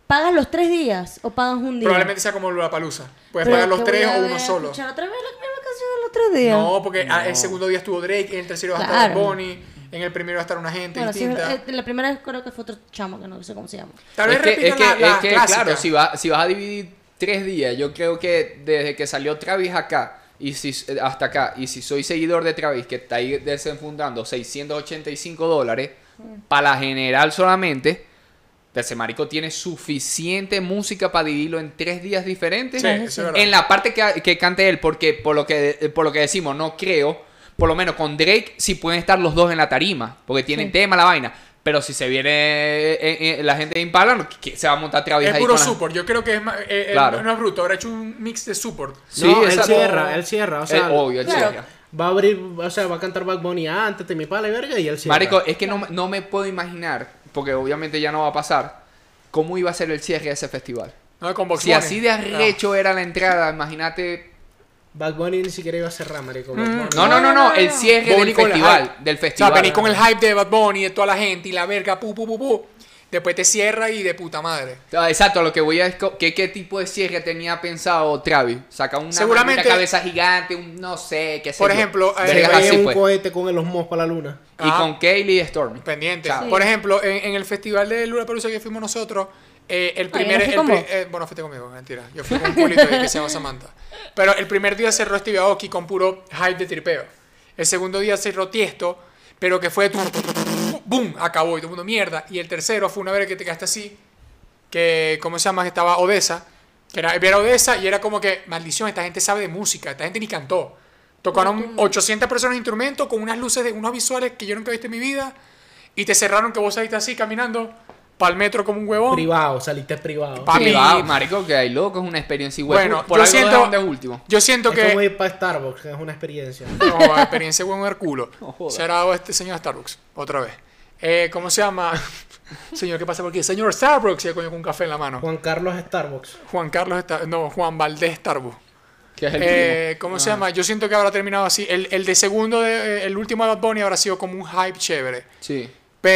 S5: ¿pagas los tres días o pagas un día?
S1: Probablemente sea como Lollapalooza. Puedes
S5: Pero
S1: pagar los
S5: que voy
S1: tres
S5: a
S1: o
S5: ver,
S1: uno
S5: a
S1: solo.
S5: escuchar otra vez la misma canción de los tres días.
S1: No, porque ah, el segundo día estuvo Drake, en el tercero va a estar
S5: Claro.
S1: Bad Bunny, en el primero va a estar una gente
S5: Bueno, sí,
S1: distinta.
S5: eh, la primera vez creo que fue otro chamo que no sé cómo se llama.
S1: Tal vez
S3: es que, es
S1: repitan
S3: que,
S1: la,
S3: es
S1: la
S3: que,
S1: clásica.
S3: claro, si, va, si vas a dividir tres días, yo creo que desde que salió Travis acá y si, hasta acá, y si soy seguidor de Travis, que está ahí desenfundando seiscientos ochenta y cinco dólares, para la general solamente, ese marico tiene suficiente música para dividirlo en tres días diferentes.
S1: Sí, eso es verdad.
S3: En la parte que, que cante él, porque por lo que, por lo que decimos, no creo, por lo menos con Drake sí pueden estar los dos en la tarima, porque tienen
S5: Sí.
S3: tema, la vaina. Pero si se viene eh, eh, la gente de Impala, ¿qué se va a montar Travis
S1: Es
S3: ahí
S1: puro
S3: con la-
S1: support. Yo creo que es más, eh, él
S3: Claro.
S1: no es bruto. Habrá hecho un mix de support.
S3: Sí,
S2: no, él
S3: exacto.
S2: cierra, él cierra. O sea,
S3: Eh, obvio, él
S5: Claro.
S3: cierra.
S2: va a abrir, o sea, va a cantar Bad Bunny antes de mi pala y verga y él cierra.
S3: Marico, es que no, me- no me puedo imaginar, porque obviamente ya no va a pasar, cómo iba a ser el cierre de ese festival.
S1: No, con Box
S3: Si
S1: Bunny.
S3: así de arrecho era la entrada, imagínate.
S2: Bad Bunny ni siquiera iba a cerrar, marico. Bad
S1: Mm.
S2: Bunny.
S3: No, no, no, no, el cierre
S1: Bunny
S3: del
S1: con el
S3: festival.
S1: hype.
S3: Del
S1: O sea,
S3: festival.
S1: venís con el hype de Bad Bunny, de toda la gente y la verga, pu, pu, pu, pu. Después te cierra y de puta madre.
S3: Ah, exacto, lo que voy a es co- que qué tipo de cierre tenía pensado Travis. Saca una
S1: Seguramente-
S3: maldita cabeza gigante, un no sé, qué sé
S1: Por
S3: yo.
S1: ejemplo, eh,
S2: Se
S3: Vergas
S2: veía
S3: así,
S2: un
S3: pues.
S2: cohete con el osmos para la luna.
S3: Y
S1: Ah.
S3: con Kaylee y Stormy.
S1: Pendiente.
S3: Sí.
S1: Por ejemplo, en, en el festival de Lollapalooza que fuimos nosotros, eh, el
S5: yo
S1: primer...
S5: no fui
S1: el
S5: con
S1: pri-
S5: vos.
S1: eh, bueno, fuiste conmigo, mentira. Yo fui con un pulito ahí que se llama Samantha. Pero el primer día cerró Steve Aoki con puro hype de tripeo. El segundo día cerró Tiesto, pero que fue... ¡Bum! Acabó y todo el mundo mierda. Y el tercero fue una vez que te quedaste así, que... ¿Cómo se llama? Que estaba Odessa. Que era, era Odessa y era como que, maldición, esta gente sabe de música, esta gente ni cantó. Tocaron ochocientas personas de instrumento con unas luces, de unos visuales que yo nunca he visto en mi vida. Y te cerraron que vos saliste así caminando para el metro como un huevón.
S2: Privado, saliste privado.
S1: Pa- Papi.
S3: Privado, marico, que hay loco, es una experiencia igual.
S1: Bueno,
S3: por
S1: yo
S3: algo lo
S1: siento,
S3: dejaron de último.
S1: yo siento
S2: Es como
S1: que...
S2: ir para Starbucks, que es una experiencia.
S1: No, la experiencia huevón era culo.
S3: No jodas.
S1: Se ha dado este señor Starbucks, otra vez. Eh, ¿Cómo se llama? Señor, ¿qué pasa por aquí? Señor Starbucks, y el coño con un café en la mano.
S2: Juan Carlos Starbucks.
S1: Juan Carlos, Star- no, Juan Valdés Starbucks.
S3: Que es el
S1: Eh,
S3: primo.
S1: ¿Cómo
S3: Ah.
S1: se llama? Yo siento que habrá terminado así. El, el de segundo, de- el último de Bad Bunny habrá sido como un hype chévere.
S3: Sí.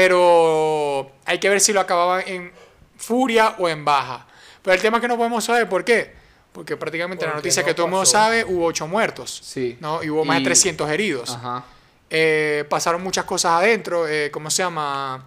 S1: Pero hay que ver si lo acababa en furia o en baja. Pero el tema es que no podemos saber por qué. Porque prácticamente la
S2: Porque
S1: noticia
S2: no
S1: que todo el mundo
S2: pasó.
S1: sabe, hubo ocho muertos.
S3: Sí.
S1: ¿No? Y hubo más
S3: Y-
S1: de trescientos heridos.
S3: Ajá.
S1: Eh, pasaron muchas cosas adentro. Eh, ¿Cómo se llama?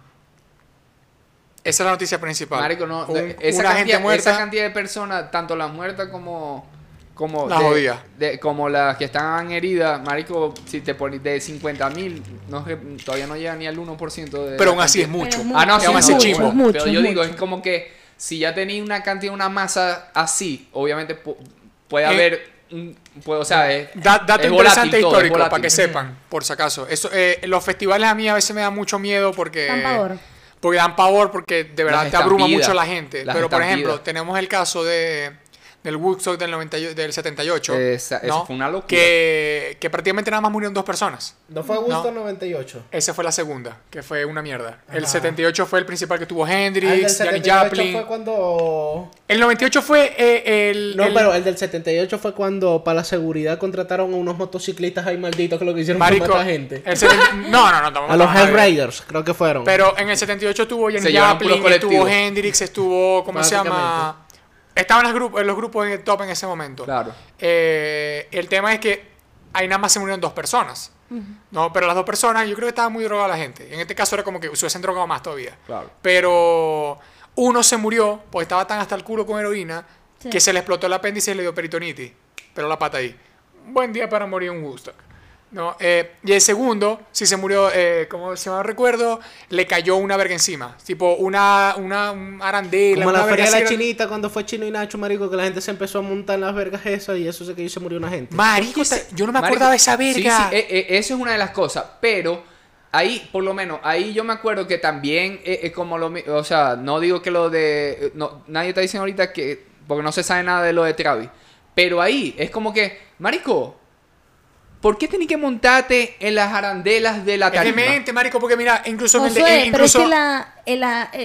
S1: Esa es la noticia principal.
S3: Marico, no,
S1: Un-
S3: esa,
S1: una
S3: cantidad,
S1: gente muerta.
S3: esa cantidad de personas, tanto las muertas como como
S1: Las
S3: de-
S1: jodidas.
S3: de- como las que están heridas, marico, si te pones de cincuenta mil, no, re- todavía no llega ni al uno por ciento de
S1: Pero
S3: la
S1: aún así es
S3: cantidad.
S1: mucho.
S5: Pero es
S3: Ah, no,
S5: mucho,
S3: sí,
S1: aún
S5: es
S1: así
S3: no,
S1: es
S5: mucho,
S1: chimbo.
S5: es mucho,
S3: pero yo
S5: es
S3: digo,
S5: mucho.
S3: es como que si ya tenéis una cantidad, una masa así, obviamente pu- puede
S1: Eh,
S3: haber, un, puede, o sea, es,
S1: Da- dato
S3: es
S1: interesante
S3: volátil todo, es
S1: histórico, para
S3: volátil.
S1: que sepan, por si acaso. Eso, eh, los festivales a mí a veces me dan mucho miedo porque...
S5: Dan pavor.
S1: Porque dan pavor porque de verdad
S3: Las
S1: te abruma
S3: estampidas.
S1: mucho la gente.
S3: Las
S1: Pero por
S3: estampidas.
S1: ejemplo, tenemos el caso de del Woodstock del, noventa y- del setenta y ocho.
S3: Esa- eso
S1: ¿no?
S3: fue una locura.
S1: Que, que prácticamente nada más murieron dos personas.
S2: ¿No fue Augusto
S1: No.
S2: noventa y ocho?
S1: Esa fue la segunda, que fue una mierda. El
S2: Ajá.
S1: setenta y ocho fue el principal que tuvo
S2: Ah, el del
S1: Hendrix, Janis
S2: setenta y ocho
S1: Joplin.
S2: fue cuando...
S1: El noventa y ocho fue eh, el...
S2: No,
S1: el-
S2: pero el del setenta y ocho fue cuando para la seguridad contrataron a unos motociclistas ahí malditos que lo que hicieron
S1: Marico,
S2: fue matar gente.
S1: el setenta no, no, no. estamos
S2: A los
S1: hablando de-
S2: Hell Raiders, creo que fueron.
S1: Pero en el setenta y ocho estuvo Janis
S3: Se llevaron puros
S1: Joplin, estuvo
S3: colectivos.
S1: Hendrix, estuvo... ¿Cómo se llama? Estaban los grupos, los grupos en el top en ese momento.
S3: Claro.
S1: Eh, el tema es que ahí nada más se murieron dos personas. No, pero las dos personas, yo creo que estaba muy drogada la gente. En este caso era como que se hubiesen drogado más todavía.
S3: Claro.
S1: Pero uno se murió porque estaba tan hasta el culo con heroína
S5: Sí.
S1: que se le explotó el apéndice y le dio peritonitis. Pero la pata ahí. Un buen día para morir en Woodstock. ¿No? Eh, y el segundo, si se murió, eh, como se me recuerdo, le cayó una verga encima. Tipo una, una un arandela.
S2: Como
S1: una
S2: la feria
S1: verga
S2: de la
S1: así.
S2: chinita cuando fue Chino y Nacho, marico, que la gente se empezó a montar en las vergas esas y eso se que y se murió una gente.
S1: Marico,
S3: Es que
S1: ta-
S3: se-
S1: yo no me
S3: Marico,
S1: acordaba de esa
S3: sí,
S1: verga.
S3: sí, eh, eh, eso es una de las cosas, pero ahí, por lo menos, ahí yo me acuerdo que también eh, es como lo mi- o sea, no digo que lo de, no, nadie está diciendo ahorita que, porque no se sabe nada de lo de Travis, pero ahí es como que, marico, ¿por qué tenés que montarte en las arandelas de la
S1: Es
S3: tarima?
S1: demente, marico, porque mira, incluso en el de-
S5: Josué,
S1: eh,
S5: pero es
S1: incluso
S5: que la, eh, la, eh,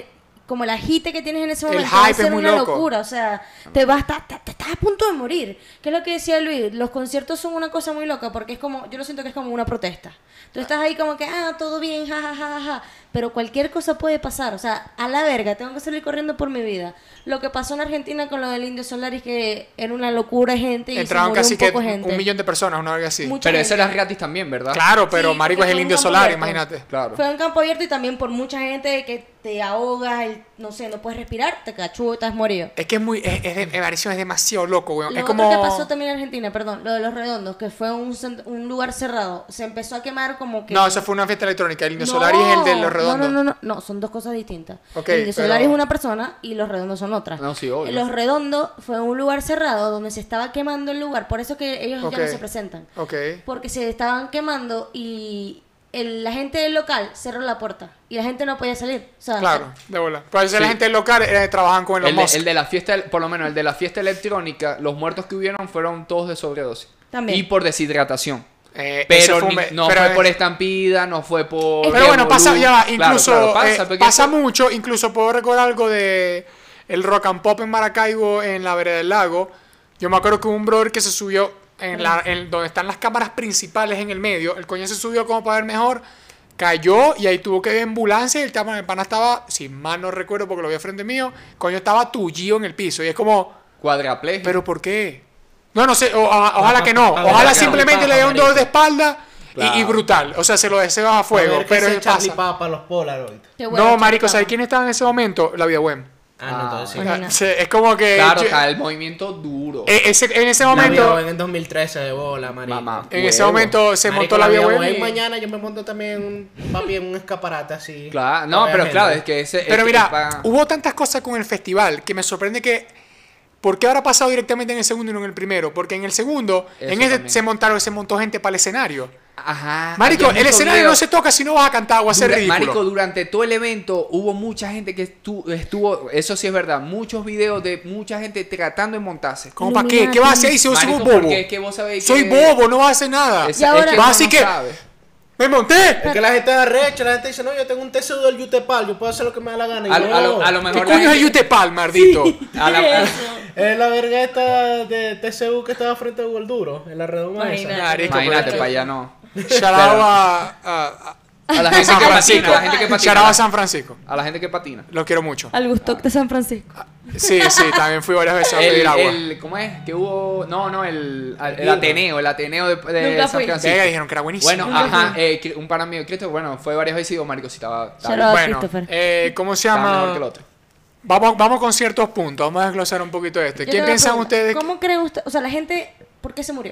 S5: como el agite que tienes en ese
S1: El
S5: momento va a
S1: hype es
S5: ser
S1: muy
S5: una
S1: loco.
S5: locura, o sea, te vas te, te- te estás a punto de morir. ¿Qué es lo que decía Luis? Los conciertos son una cosa muy loca porque es como, yo lo siento que es como una protesta. Tú estás ahí como que, ah, todo bien, ja, ja, ja, ja, ja. Pero cualquier cosa puede pasar, o sea, a la verga, tengo que salir corriendo por mi vida. Lo que pasó en Argentina con lo del Indio Solaris, que era una locura de gente y
S1: Entraron
S5: se murió
S1: casi
S5: un
S1: que
S5: poco gente.
S1: un millón de personas, una verga así.
S5: Mucha
S3: Pero
S5: gente.
S3: eso era gratis también, ¿verdad?
S1: Claro, pero
S5: Sí,
S1: marico
S5: porque
S1: es el
S5: fue
S1: Indio
S5: un campo
S1: Solar,
S5: abierto.
S1: imagínate.
S3: Claro.
S5: Fue un campo abierto y también por mucha gente que te ahogas, y, no sé, no puedes respirar, te cachutas, morido.
S1: Es que es muy, es, es, de- me pareció, es demasiado loco, weón.
S5: Lo
S1: Es
S5: otro
S1: como...
S5: que pasó también en Argentina, perdón, lo de los redondos, que fue un, cent- un lugar cerrado, se empezó a quemar como que...
S1: No, eso fue una fiesta electrónica. El Indio
S5: No,
S1: Solari es el de los redondos.
S5: No, no, no, no, no, son dos cosas distintas.
S1: Ok,
S5: el Indio
S1: pero-
S5: Solari es una persona y los redondos son otra.
S3: No, sí, obvio.
S5: Los redondos fue un lugar cerrado donde se estaba quemando el lugar, por eso que ellos
S1: Ok.
S5: ya no se presentan.
S1: Ok.
S5: Porque se estaban quemando y el- la gente del local cerró la puerta y la gente no podía salir. O sea,
S1: Claro, de bola. Pero eso
S3: Sí.
S1: la gente del local eh, trabajan con Elon
S3: El de,
S1: Musk.
S3: el de la fiesta, por lo menos el de la fiesta electrónica, los muertos que hubieron fueron todos de sobredosis.
S5: También.
S3: Y por deshidratación.
S1: Eh,
S3: Pero
S1: eso fue
S3: ni-
S1: un-
S3: no
S1: pero
S3: fue
S1: es-
S3: por estampida, no fue por...
S1: Pero bueno, pasa,
S3: revolú.
S1: ya va,
S3: Claro,
S1: incluso
S3: claro,
S1: pasa,
S3: pasa, porque
S1: pasa
S3: eso-
S1: mucho, incluso puedo recordar algo de el rock and pop en Maracaibo, en la vereda del lago. Yo me acuerdo que hubo un brother que se subió en la, en donde están las cámaras principales en el medio, el coño se subió como para ver mejor, cayó y ahí tuvo que ir ambulancia y el, tama- el pana estaba, si mal no recuerdo porque lo vi al frente mío, coño estaba tullido en el piso y es como,
S3: Cuadrapléjico.
S1: ¿pero por qué? No, no sé, o- o- ojalá que no,
S2: pa-
S1: ojalá
S2: pa-
S1: simplemente
S2: pa-
S1: le dé un dolor de
S2: marico.
S1: espalda y- y,
S3: Claro.
S1: brutal, o sea, se lo deseo a fuego,
S2: A ver qué
S1: pero
S2: hace
S1: ¿qué
S2: Charlie
S1: pasa?
S2: Papa los Polaroid.
S5: qué bueno,
S1: No,
S5: chico,
S1: marico,
S5: estaba.
S1: ¿sabes quién estaba en ese momento? La vida web.
S2: Ah, no, entonces sí.
S1: O sea,
S5: Imagínate.
S1: se- es como que...
S3: Claro,
S1: yo-
S3: está el movimiento duro.
S1: eh, ese- en ese
S2: La
S1: momento...
S2: Vía Web en dos mil trece de bola, marico.
S3: Mamá.
S1: En ese
S3: Huevo.
S1: momento se
S2: Marico,
S1: montó la vida web.
S2: Web.
S1: y-
S2: Mañana yo me monto también, un, papi, en un escaparate así.
S3: Claro, no,
S2: Para
S3: pero
S2: ver
S3: claro,
S2: gente.
S3: es que ese...
S1: Pero
S3: es que
S1: mira,
S3: es pa-
S1: hubo tantas cosas con el festival que me sorprende que... ¿Por qué habrá pasado directamente en el segundo y no en el primero? Porque en el segundo,
S3: Eso
S1: en ese
S3: también.
S1: se montaron, se montó gente para el escenario.
S3: Ajá.
S1: Marico,
S3: había
S1: el
S3: muchos
S1: escenario
S3: videos.
S1: no se toca si no vas a cantar o a hacer
S3: Dura-
S1: ridículo.
S3: Marico, durante todo el evento hubo mucha gente que estu- estuvo, eso sí es verdad, muchos videos de mucha gente tratando de montarse.
S1: ¿Cómo para qué? ¿Qué vas a hacer ahí si vos sos
S3: Marico,
S1: un bobo?
S3: porque es que vos sabéis
S1: Soy
S3: que-
S1: bobo, no vas a hacer nada.
S3: Es,
S5: Y ahora-
S3: es que
S1: Vas
S3: uno
S1: así
S3: no
S1: que-
S3: sabe.
S1: ¡Me monté!
S2: Es que la gente es arrecha, la gente dice, no, yo tengo un T C U del Utepal, yo puedo hacer lo que me da la gana. Y
S3: A,
S2: no,
S3: a lo, a lo
S1: ¿Qué
S3: mejor la
S1: coño es el
S3: gente-
S1: Utepal, mardito?
S3: a la- a-
S2: es la verga esta de T C U que estaba frente a Google Duro, en la redoma
S5: Imagínate.
S2: esa.
S1: Marico,
S3: Imagínate,
S1: pero-
S3: para allá no.
S1: Shout out a, a- a-
S3: A la
S1: a
S3: gente
S1: San
S3: que
S1: Francisco.
S3: patina, a la gente que
S1: Shout
S3: patina.
S1: out
S3: A
S1: a
S3: la,
S1: San Francisco.
S3: a la gente que patina.
S1: Los quiero mucho.
S5: Al Gustoc de San Francisco.
S1: Sí, sí, también fui varias veces a
S3: El,
S1: pedir agua.
S3: el- ¿Cómo es? Que hubo. No, no, el, el,
S2: Viva.
S3: Ateneo, el Ateneo de, de
S5: Nunca
S3: San
S5: fui.
S3: Francisco.
S1: Verga, dijeron que era buenísimo.
S3: Bueno, ajá, eh, que- un pana mío, Cristo, bueno, fue varias veces y digo, marico, si estaba, estaba,
S5: Shout out.
S1: Bueno,
S5: Christopher.
S1: eh, ¿cómo se
S3: estaba mejor
S1: llama?
S3: que el otro.
S1: Vamos, vamos con ciertos puntos. Vamos a desglosar un poquito este.
S5: Yo
S1: ¿Quién
S5: tengo una
S1: piensan
S5: pregunta.
S1: ustedes?
S5: ¿Cómo creen ustedes? O sea, la gente, ¿por qué se murió?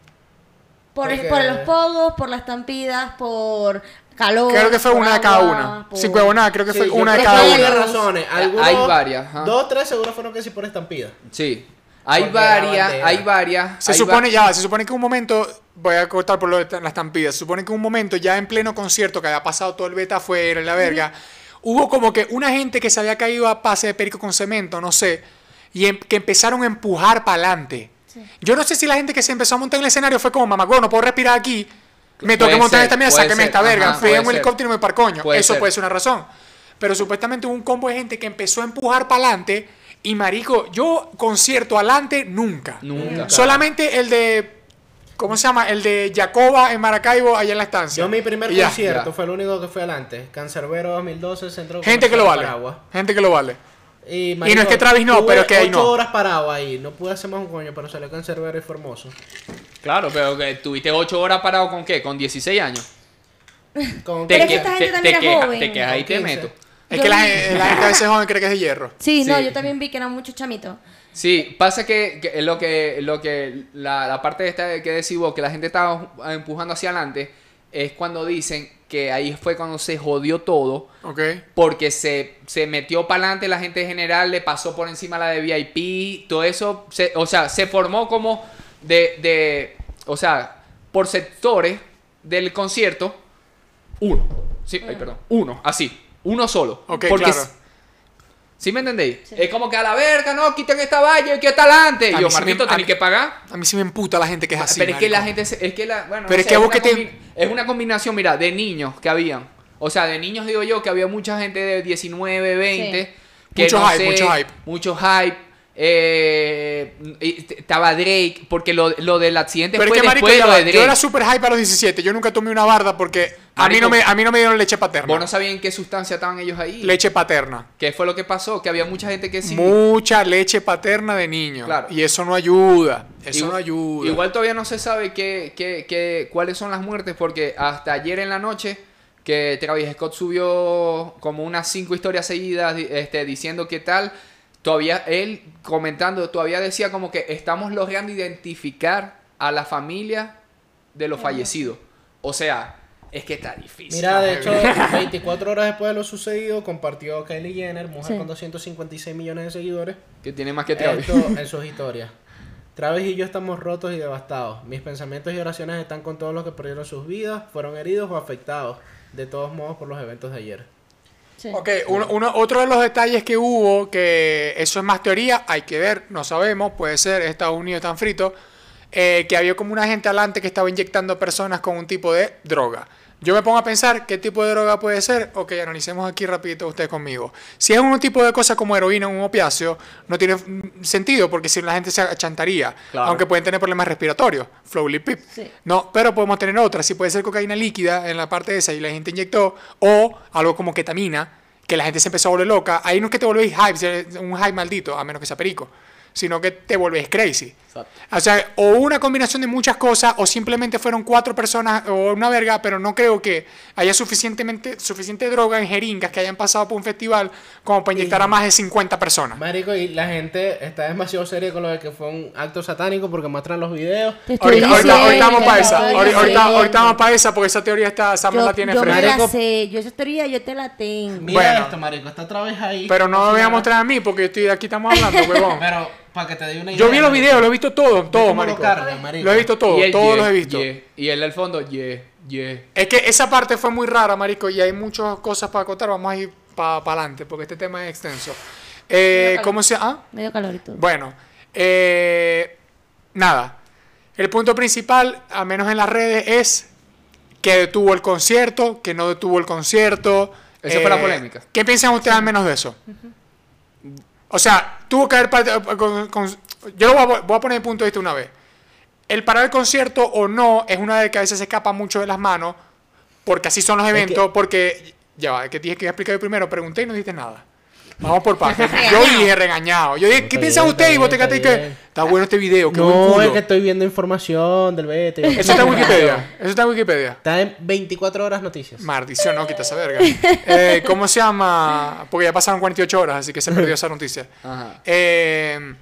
S5: Por,
S2: Porque-
S5: por los pogos, por las estampidas, por calor.
S1: Creo que fue
S5: por
S1: una de cada
S5: agua,
S1: una.
S5: por-
S1: Sin huevonada, creo que
S2: Sí,
S1: fue
S2: yo
S1: una de
S2: creo
S1: cada
S2: que hay
S1: una.
S2: varias razones. Algunos,
S3: Hay varias, ajá.
S2: Dos, tres seguro fueron que sí por estampida.
S3: Sí. Hay
S2: Porque la
S3: varias,
S2: bandera.
S3: hay varias.
S1: Se
S3: hay
S1: supone,
S3: va-
S1: ya, va, se supone que un momento, voy a cortar por lo de la estampida, se supone que un momento ya en pleno concierto que había pasado todo el beta afuera, en la verga, hubo como que una gente que se había caído a pase de perico con cemento, no sé, y em- que empezaron a empujar para adelante. Yo no sé si la gente que se empezó a montar en el escenario fue como, mamá, no puedo respirar aquí, me tengo que
S3: Puede
S1: montar en
S3: ser,
S1: esta mierda,
S3: puede
S1: sáqueme
S3: ser,
S1: esta verga,
S3: ajá,
S1: fui en
S3: puede
S1: un
S3: ser.
S1: helicóptero y me parcoño.
S3: Puede
S1: Eso
S3: ser.
S1: puede ser una razón. Pero supuestamente hubo un combo de gente que empezó a empujar para adelante y marico, yo concierto adelante nunca.
S3: Nunca.
S1: Solamente el de, ¿cómo se llama? El de Jacoba en Maracaibo, allá en la estancia.
S2: Yo mi primer
S1: Y ya.
S2: concierto
S3: ya.
S2: fue el único que fue adelante. Cancerbero dos mil doce, Centro
S1: Gente que lo
S2: Comercial
S1: vale.
S2: Paragua.
S1: Gente que lo vale.
S2: Y,
S1: no es que Travis no,
S2: tuve
S1: pero es que ahí
S2: ocho
S1: no.
S2: horas parado ahí. No pude hacer más un coño, pero salió Cancerbero y Formoso.
S3: Claro, pero que tuviste ocho horas parado con qué? Con dieciséis años.
S2: Con
S3: Te,
S5: Pero es que
S3: que-
S5: esta
S3: te,
S5: gente
S3: te
S5: también era
S3: quejas,
S5: joven.
S3: te quejas y te
S2: Con quince.
S3: meto.
S1: Es
S5: Yo
S1: que la,
S5: vi-
S1: la gente a veces joven cree que es de hierro.
S5: Sí, no,
S3: Sí.
S5: yo también vi que eran muchos chamitos.
S3: Sí, pasa que, que lo que, lo que la, la parte de esta que decís vos, que la gente estaba empujando hacia adelante, es cuando dicen que ahí fue cuando se jodió todo,
S1: Ok.
S3: porque se, se metió para adelante la gente general, le pasó por encima la de V I P, todo eso, se, o sea, se formó como de, de, o sea, por sectores del concierto, uno, sí, ay, perdón, uno, así, uno solo.
S1: Ok,
S3: porque
S1: claro.
S3: s- ¿Sí me entendéis? Es como que a la verga, no, quiten esta valla y que está adelante.
S1: A
S3: Y yo,
S1: mí sí me-
S3: Marquito,
S1: a
S3: tenéis
S1: mí-
S3: que pagar.
S1: A mí sí me emputa la gente que es así.
S3: Pero es que la
S1: marico.
S3: gente, se- es que la, bueno,
S1: Pero
S3: no
S1: es
S3: sé,
S1: que vos
S3: una
S1: que te-
S3: combi- es una combinación, mira, de niños que habían. O sea, de niños digo yo que había mucha gente de diecinueve, veinte.
S5: Sí.
S3: que
S1: Mucho
S3: no
S1: hype,
S3: sé,
S1: mucho hype.
S3: Mucho hype. Eh, y t- estaba Drake, porque lo, lo del accidente
S1: Pero
S3: fue
S1: es que, marico,
S3: después de
S1: ya
S3: lo
S1: va,
S3: de Drake.
S1: yo era super hype a los diecisiete. Yo nunca tomé una barda porque a mí,
S3: Marico,
S1: no me, a mí no me dieron leche paterna.
S3: ¿Vos no sabían qué sustancia estaban ellos ahí?
S1: Leche paterna.
S3: ¿Qué fue lo que pasó? Que había mucha gente que sí.
S1: Mucha leche paterna de niño.
S3: Claro.
S1: Y eso no ayuda. Eso
S3: Igual-
S1: no ayuda.
S3: Igual todavía no se sabe qué, qué, qué, cuáles son las muertes, porque hasta ayer en la noche que Travis Scott subió como unas cinco historias seguidas di- este, diciendo qué tal, todavía él comentando, todavía decía como que estamos logrando identificar a la familia de los fallecidos. O sea, es que está difícil.
S2: Mira, de hecho, veinticuatro horas después de lo sucedido, compartió Kylie Jenner, mujer
S5: Sí.
S2: con doscientos cincuenta y seis millones de seguidores,
S3: Que tiene más que Travis.
S2: esto en sus historias. Travis y yo estamos rotos y devastados. Mis pensamientos y oraciones están con todos los que perdieron sus vidas, fueron heridos o afectados, de todos modos, por los eventos de ayer.
S5: Sí.
S1: Ok, uno, uno- otro de los detalles que hubo, que eso es más teoría, hay que ver, no sabemos, puede ser, Estados Unidos tan frito, eh, que había como una gente adelante que estaba inyectando personas con un tipo de droga. Yo me pongo a pensar qué tipo de droga puede ser. Ok, analicemos aquí rapidito ustedes conmigo. Si es un tipo de cosa como heroína o un opiáceo, no tiene mm, sentido porque si la gente se achantaría.
S3: Claro.
S1: Aunque pueden tener problemas respiratorios, flow lipid.
S5: Sí.
S1: No, pero podemos tener otras. Si puede ser cocaína líquida en la parte de esa y la gente inyectó, o algo como ketamina, que la gente se empezó a volver loca. Ahí no es que te volvéis hype, un hype maldito, a menos que sea perico, sino que te volvéis crazy.
S3: Exacto.
S1: O sea, o una combinación de muchas cosas, o simplemente fueron cuatro personas o una verga, pero no creo que haya suficientemente suficiente droga en jeringas que hayan pasado por un festival como para inyectar a más de cincuenta personas.
S2: Marico, y la gente está demasiado seria con lo de que fue un acto satánico porque muestran los videos.
S5: Te estoy
S1: Ahorita, ahorita,
S5: diciendo,
S1: ahorita vamos
S5: te
S1: para
S5: estoy
S1: esa. Ahorita, ahorita,
S5: diciendo.
S1: ahorita vamos para esa porque esa teoría está, Samuel
S5: Yo,
S1: la tiene
S5: yo me
S1: fresca.
S5: la sé, yo esa teoría yo te la tengo.
S2: Mira
S1: Bueno.
S2: esto, marico, está otra vez ahí.
S1: Pero no me voy a
S2: Pero
S1: mostrar a mí porque estoy aquí estamos hablando, huevón.
S2: para que te dé una idea.
S1: Yo vi los
S2: marico.
S1: videos, lo he visto todo, todo,
S2: cómo lo
S1: marico.
S2: cargan, marico.
S1: Lo he visto todo,
S3: Y él,
S1: todos
S3: yeah,
S1: los he visto.
S3: yeah. Y él al fondo, yeah, yeah.
S1: Es que esa parte fue muy rara, marico, y hay muchas cosas para contar. Vamos a ir para adelante, porque este tema es extenso. Eh, ¿Cómo se ah?
S5: Medio calor y todo.
S1: Bueno, eh, nada. El punto principal, al menos en las redes, es que detuvo el concierto, que no detuvo el concierto.
S3: Esa fue la polémica.
S1: ¿Qué piensan ustedes al menos de eso? O sea, tuvo que haber... parte- con- con- yo lo voy a, voy a poner el punto de vista una vez. El parar el concierto o no es una de que a veces se escapa mucho de las manos, porque así son los eventos, porque... Ya va, que dije que iba a explicar yo primero, pregunté y no dijiste nada. Vamos por partes. Yo dije regañado. Yo dije, ¿qué
S2: Está
S1: piensan
S2: bien,
S1: ustedes? Y
S2: está
S1: vos te
S2: bien,
S1: quedaste y
S2: está
S1: que...
S2: bien.
S1: Está bueno este video, qué buen
S2: No,
S1: culo.
S2: es que estoy viendo información del Bete.
S1: Eso está en Wikipedia. Eso está en Wikipedia.
S2: Está en veinticuatro horas noticias.
S1: Maldición, no, quita esa verga. Eh, ¿Cómo se llama? Porque ya pasaron cuarenta y ocho horas, así que se perdió esa noticia.
S3: Ajá.
S1: Eh,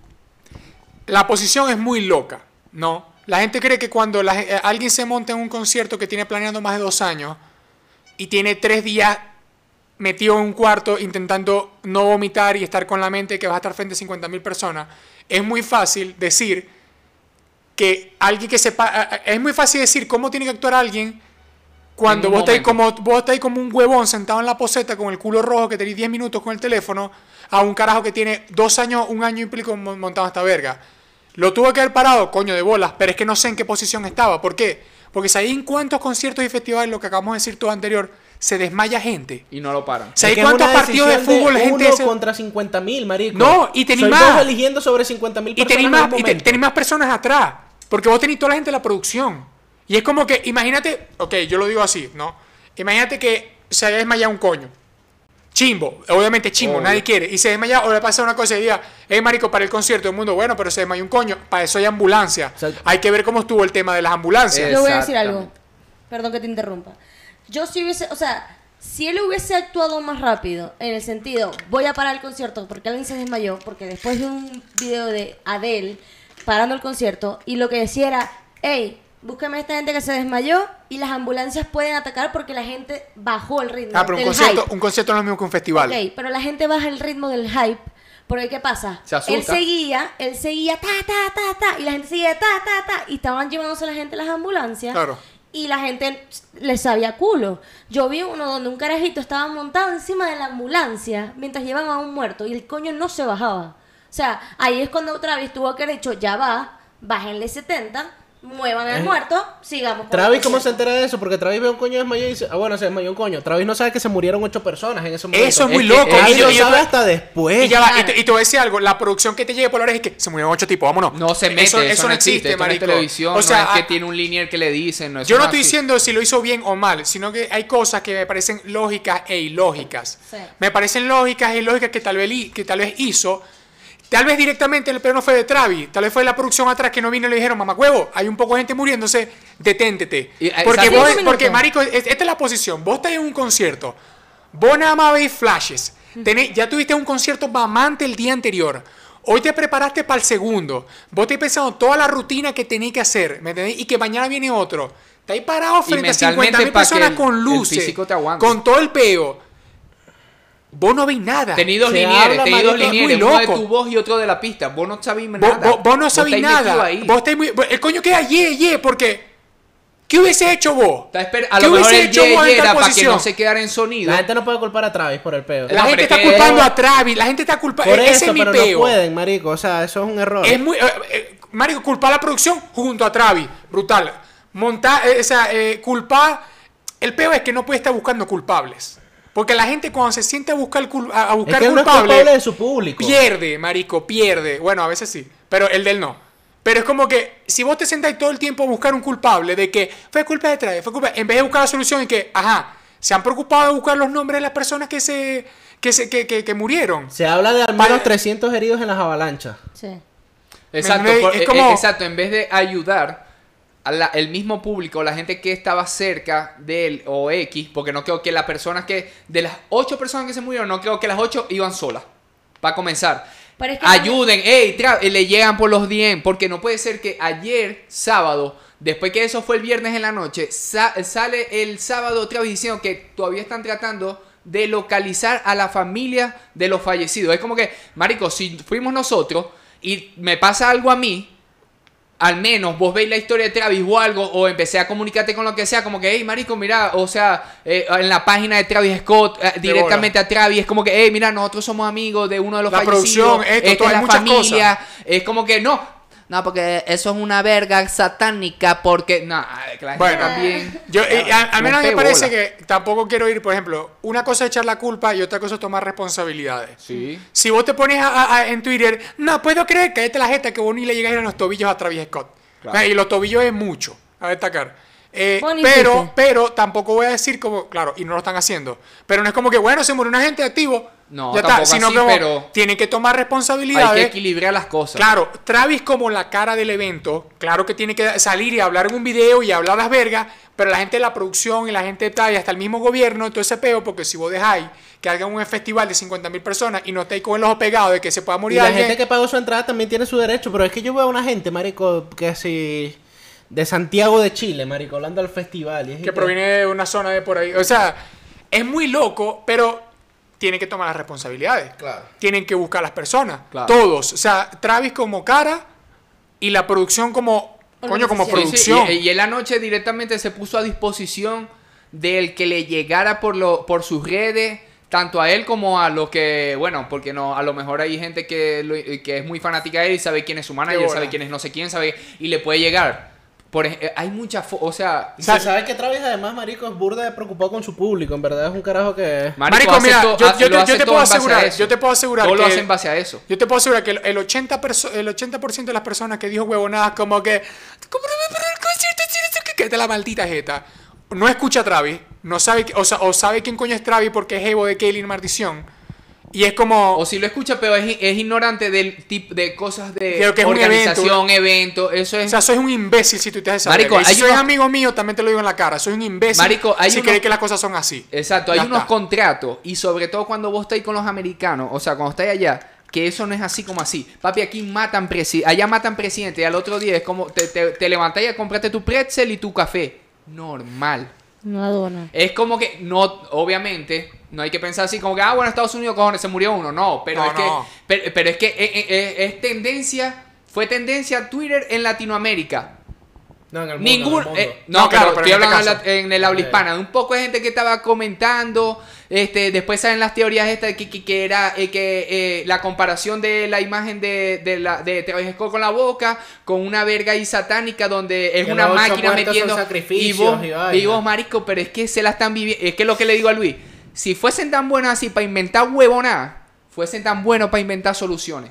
S1: la posición es muy loca, ¿no? La gente cree que cuando la gen- eh, alguien se monta en un concierto que tiene planeando más de dos años y tiene tres días metido en un cuarto intentando no vomitar y estar con la mente que va a estar frente a cincuenta mil personas, es muy fácil decir que alguien que sepa... eh, Es muy fácil decir cómo tiene que actuar alguien cuando
S3: En un
S1: vos estáis,
S3: momento.
S1: como, vos estáis como un huevón sentado en la poseta con el culo rojo que tenéis diez minutos con el teléfono a un carajo que tiene dos años, un año y pico mon- montado esta verga. Lo tuve que haber parado, coño de bolas, pero es que no sé en qué posición estaba. ¿Por qué? Porque sabéis en cuántos conciertos y festivales, lo que acabamos de decir todo anterior, se desmaya gente.
S3: Y no lo paran.
S1: ¿Sabéis
S2: Es que es
S1: cuántos
S2: una
S1: partidos de
S2: decisión
S1: fútbol la gente
S2: uno
S1: se-
S2: contra cincuenta mil, marico.
S1: No, y tení
S2: Soy
S1: más.
S2: dos eligiendo sobre cincuenta mil
S1: Y
S2: personas
S1: tenéis
S2: en
S1: más,
S2: un
S1: y te-
S2: momento.
S1: tenéis más personas atrás. Porque vos tenéis toda la gente de la producción. Y es como que, imagínate, ok, yo lo digo así, ¿no? Imagínate que se haya desmayado un coño. Chimbo, obviamente chimbo,
S3: Obvio.
S1: nadie quiere. Y se desmaya o le pasa una cosa y diga, hey marico, para el concierto, el mundo, bueno, pero se desmayó un coño. Para eso hay ambulancia.
S2: O sea,
S1: Hay que ver cómo estuvo el tema de las ambulancias.
S3: Eh,
S5: Yo voy a decir algo.
S3: Exactamente.
S5: Perdón que te interrumpa. Yo si hubiese, o sea, si él hubiese actuado más rápido, en el sentido, voy a parar el concierto porque alguien se desmayó, porque después de un video de Adele parando el concierto, y lo que decía era, hey, búscame a esta gente que se desmayó y las ambulancias pueden atacar porque la gente bajó el ritmo
S1: Ah, pero un
S5: del
S1: concierto,
S5: hype.
S1: un concierto no es lo mismo que un festival.
S5: Ok, pero la gente baja el ritmo del hype. Porque, ¿qué pasa?
S3: Se asusta.
S5: Él seguía, él seguía, ta, ta, ta, ta, y la gente seguía, ta, ta, ta, y estaban llevándose a la gente a las ambulancias.
S1: Claro.
S5: Y la gente les sabía culo. Yo vi uno donde un carajito estaba montado encima de la ambulancia mientras llevaban a un muerto y el coño no se bajaba. O sea, ahí es cuando Travis tuvo que haber dicho, ya va, bájenle setenta, muevan al
S2: Es-
S5: muerto, sigamos. con
S2: Travis,
S5: el
S2: ¿cómo se
S5: concierto.
S2: entera de eso? Porque Travis ve un coño desmayado y dice, ah, bueno, se desmayó un coño. Travis no sabe que se murieron ocho personas en ese momento.
S1: Eso es muy
S3: Es que
S1: loco.
S2: Travis
S1: Y yo-
S2: lo
S1: y yo-
S2: sabe hasta después.
S1: Y ya va, y
S5: Claro.
S1: te, y te voy a decir algo, la producción que te llegue por la oreja es que se murieron ocho tipos, vámonos.
S3: No se mete, eso, no existe, esto no es
S1: marico.
S3: televisión,
S1: O sea,
S3: no es que
S1: a-
S3: tiene un lineal que le dicen, no es
S1: yo no
S3: una
S1: estoy
S3: así.
S1: diciendo si lo hizo bien o mal, sino que hay cosas que me parecen lógicas e ilógicas.
S5: Sí.
S1: Me parecen lógicas e ilógicas que tal vez, li- que tal vez hizo. Tal vez directamente el peor no fue de Travis, tal vez fue la producción atrás que no vino y le dijeron, mamá huevo, hay un poco de gente muriéndose, deténtete.
S3: Y, eh,
S1: Porque,
S3: exacto.
S1: vos,
S5: Cinco
S1: porque
S5: minutos.
S1: marico, es- esta es la posición, vos estás en un concierto, vos nada más veis flashes, tenés- ya tuviste un concierto mamante el día anterior, hoy te preparaste para el segundo, vos te pensando toda la rutina que tenés que hacer, ¿me entendés? Y que mañana viene otro. Está ahí parado
S3: Y
S1: frente a
S3: mentalmente
S1: cincuenta mil
S3: pa' que
S1: personas
S3: el-
S1: con
S3: el
S1: luces,
S3: físico te aguante.
S1: con todo el peo. Vos no veis nada.
S3: Tení dos
S2: Se
S3: linieres,
S2: habla,
S3: tení dos
S2: marico, es
S1: muy
S3: linieres, uno de
S1: loco.
S3: tu voz y otro de la pista. Vos no sabís
S1: Vos,
S3: nada.
S1: vos- vos no sabéis
S3: estáis metido
S1: nada.
S3: ahí.
S1: Vos estáis muy, el coño queda ye, ye, porque ¿qué hubiese hecho vos?
S3: Está esper- a
S1: ¿Qué
S3: lo mejor
S1: hubiese
S3: el
S1: hecho
S3: ye
S1: vos en
S3: ye
S1: tal
S3: era para que
S1: posición?
S3: no se quedara en sonido.
S2: La gente no puede culpar a Travis por el peo.
S1: La
S3: No,
S1: gente
S3: pero
S1: está
S3: es que-
S1: culpando a Travis, la gente está culpando.
S2: Por
S1: Ese
S2: eso,
S1: es mi
S2: pero
S1: peo.
S2: no pueden, marico. O sea, eso es un error.
S1: Es muy. Eh, eh, marico, culpar a la producción junto a Travis. Brutal. Montar. Eh, o sea, eh, culpar. El peo es que no puede estar buscando culpables. Porque la gente cuando se siente a buscar, cul- a, a
S2: Es
S1: buscar
S2: que él no es
S1: culpables.
S2: culpable de su público.
S1: Pierde, marico, pierde. Bueno, a veces sí, pero el de él no. Pero es como que si vos te sentáis todo el tiempo a buscar un culpable de que fue culpa de Travis, fue culpa, en vez de buscar la solución y que, ajá, se han preocupado de buscar los nombres de las personas que se que se que, que, que murieron.
S2: Se habla de al menos
S1: Vale.
S2: trescientos heridos en las avalanchas.
S5: Sí.
S3: Exacto,
S1: Me- me-
S3: por-
S1: es
S3: eh,
S1: como-
S3: eh, exacto, en vez de ayudar a la- el mismo público, la gente que estaba cerca de él o X, porque no creo que las personas que, de las ocho personas que se murieron, no creo que las ocho iban solas, para comenzar.
S5: Pero es que-
S3: Ayuden, ey, tra- y le llegan por los D M, porque no puede ser que ayer, sábado, después que eso fue el viernes en la noche, sa- sale el sábado otra vez diciendo que todavía están tratando de localizar a la familia de los fallecidos. Es como que, marico, si fuimos nosotros y me pasa algo a mí, al menos vos veis la historia de Travis o algo, o empecé a comunicarte con lo que sea, como que, hey, marico, mira, o sea, eh, en la página de Travis Scott, eh, directamente a Travis, es como que, hey, mira, nosotros somos amigos de uno de los
S1: La
S3: fallecidos,
S1: producción, esto,
S3: esta
S1: todo,
S3: es
S1: hay
S3: la
S1: muchas
S3: familia, es como que, no, no, porque eso es una verga satánica, porque, no, que la gente
S1: Bueno,
S3: también...
S1: Yo, eh, a- al menos me
S3: rompe
S1: parece
S3: bola.
S1: que tampoco quiero ir, por ejemplo, una cosa es echar la culpa y otra cosa es tomar responsabilidades.
S3: Sí.
S1: Si vos te pones a- a- a- en Twitter, no puedo creer que esta es la jeta que vos ni le llegáis a los tobillos a Travis Scott.
S3: Claro.
S1: Eh, Y los tobillos es mucho, a destacar. Eh,
S5: Bonito.
S1: pero, pero tampoco voy a decir como, claro, y no lo están haciendo. Pero no es como que, bueno, se murió una gente activo.
S3: No,
S1: ya está,
S3: tampoco
S1: sino
S3: así,
S1: como
S3: pero
S1: tienen que tomar
S3: Hay
S1: responsabilidades.
S3: que equilibrar las cosas.
S1: Claro, Travis como la cara del evento, claro que tiene que salir y hablar en un video y hablar las vergas, pero la gente de la producción y la gente de tal y hasta el mismo gobierno, todo ese peo, porque si vos dejáis que hagan un festival de cincuenta mil personas y no estáis con el ojo pegado de que se pueda
S2: Y
S1: morir
S2: la
S1: alguien,
S2: gente que pagó su entrada también tiene su derecho, pero es que yo veo a una gente, marico, que así de Santiago de Chile, marico, hablando del festival. Y es
S1: que proviene de una zona de por ahí. O sea, es muy loco, pero tienen que tomar las responsabilidades.
S2: Claro.
S1: Tienen que buscar a las personas.
S3: Claro.
S1: Todos. O sea, Travis como cara y la producción como... Coño, como
S3: Sí, sí,
S1: producción.
S3: Y, y él anoche directamente se puso a disposición del que le llegara por, lo, por sus redes, tanto a él como a los que, bueno, porque no, a lo mejor hay gente que, lo- que es muy fanática de él y sabe quién es su manager,
S1: bola.
S3: sabe quién es no sé quién, sabe, y le puede llegar. Por, ej- hay muchas, fo- o sea,
S2: Y se sabe que Travis además, marico, es burda de preocupado con su público. En verdad es un carajo que...
S1: Marico,
S3: hace
S1: mira,
S3: to-
S1: yo,
S3: hace-
S1: yo
S3: lo
S1: te,
S3: hace
S1: yo te
S3: todo
S1: puedo
S3: en base a
S1: asegurar,
S3: eso.
S1: yo te puedo asegurar
S3: Todo
S1: que
S3: lo hace en base a eso.
S1: yo te puedo asegurar que el, el ochenta perso- el ochenta por ciento de las personas que dijo huevonadas como que cómprame para el concierto, si no sé qué, que es la maldita jeta. No escucha a Travis, no sabe, o, sa- o sabe quién coño es Travis porque es Evo de Kaylin Maldición. Y es como
S3: O si lo escucha, pero es, es ignorante del tipo de cosas de
S1: Creo que es un
S3: organización, evento, eso es...
S1: o sea, sois un imbécil si tú te haces
S3: Marico,
S1: saber. Y si
S3: hay
S1: sois
S3: unos-
S1: amigo mío, también te lo digo en la cara. Soy un imbécil
S3: Marico, hay
S1: si
S3: unos-
S1: crees que las cosas son así.
S3: Exacto, hay
S1: Ya
S3: unos
S1: está.
S3: contratos y sobre todo cuando vos estáis con los americanos, o sea, cuando estáis allá, que eso no es así como así. Papi, aquí matan presidente, allá matan presidente y al otro día es como te, te, te levantáis a comprarte tu pretzel y tu café. Normal.
S5: Una dona.
S3: Es como que, no, obviamente, no hay que pensar así como que, ah, bueno, Estados Unidos, cojones, se murió uno. No, pero
S1: No,
S3: es que,
S1: no.
S3: pero, pero es que eh, eh, eh, es tendencia, fue tendencia Twitter en Latinoamérica.
S2: No, en el mundo.
S3: Ningún,
S2: en el mundo.
S3: eh, no,
S1: No, claro,
S3: pero
S1: pero
S3: estoy
S1: en este
S3: hablando en,
S1: caso.
S3: la- en el habla
S2: Ok.
S3: hispana. Un poco de gente que estaba comentando. Este, después salen las teorías estas que, que, que era eh, que eh, la comparación de la imagen de, de, la, de Travis Scott con la boca con una verga ahí satánica donde es
S2: Que
S3: una
S2: los ocho
S3: máquina
S2: muertos son
S3: metiendo
S2: sacrificios
S3: y vos,
S2: y vaina.
S3: y vos, marico, pero es que se la están viviendo. Es que lo que le digo a Luis, si fuesen tan buenos así para inventar huevonadas, fuesen tan buenos para inventar soluciones.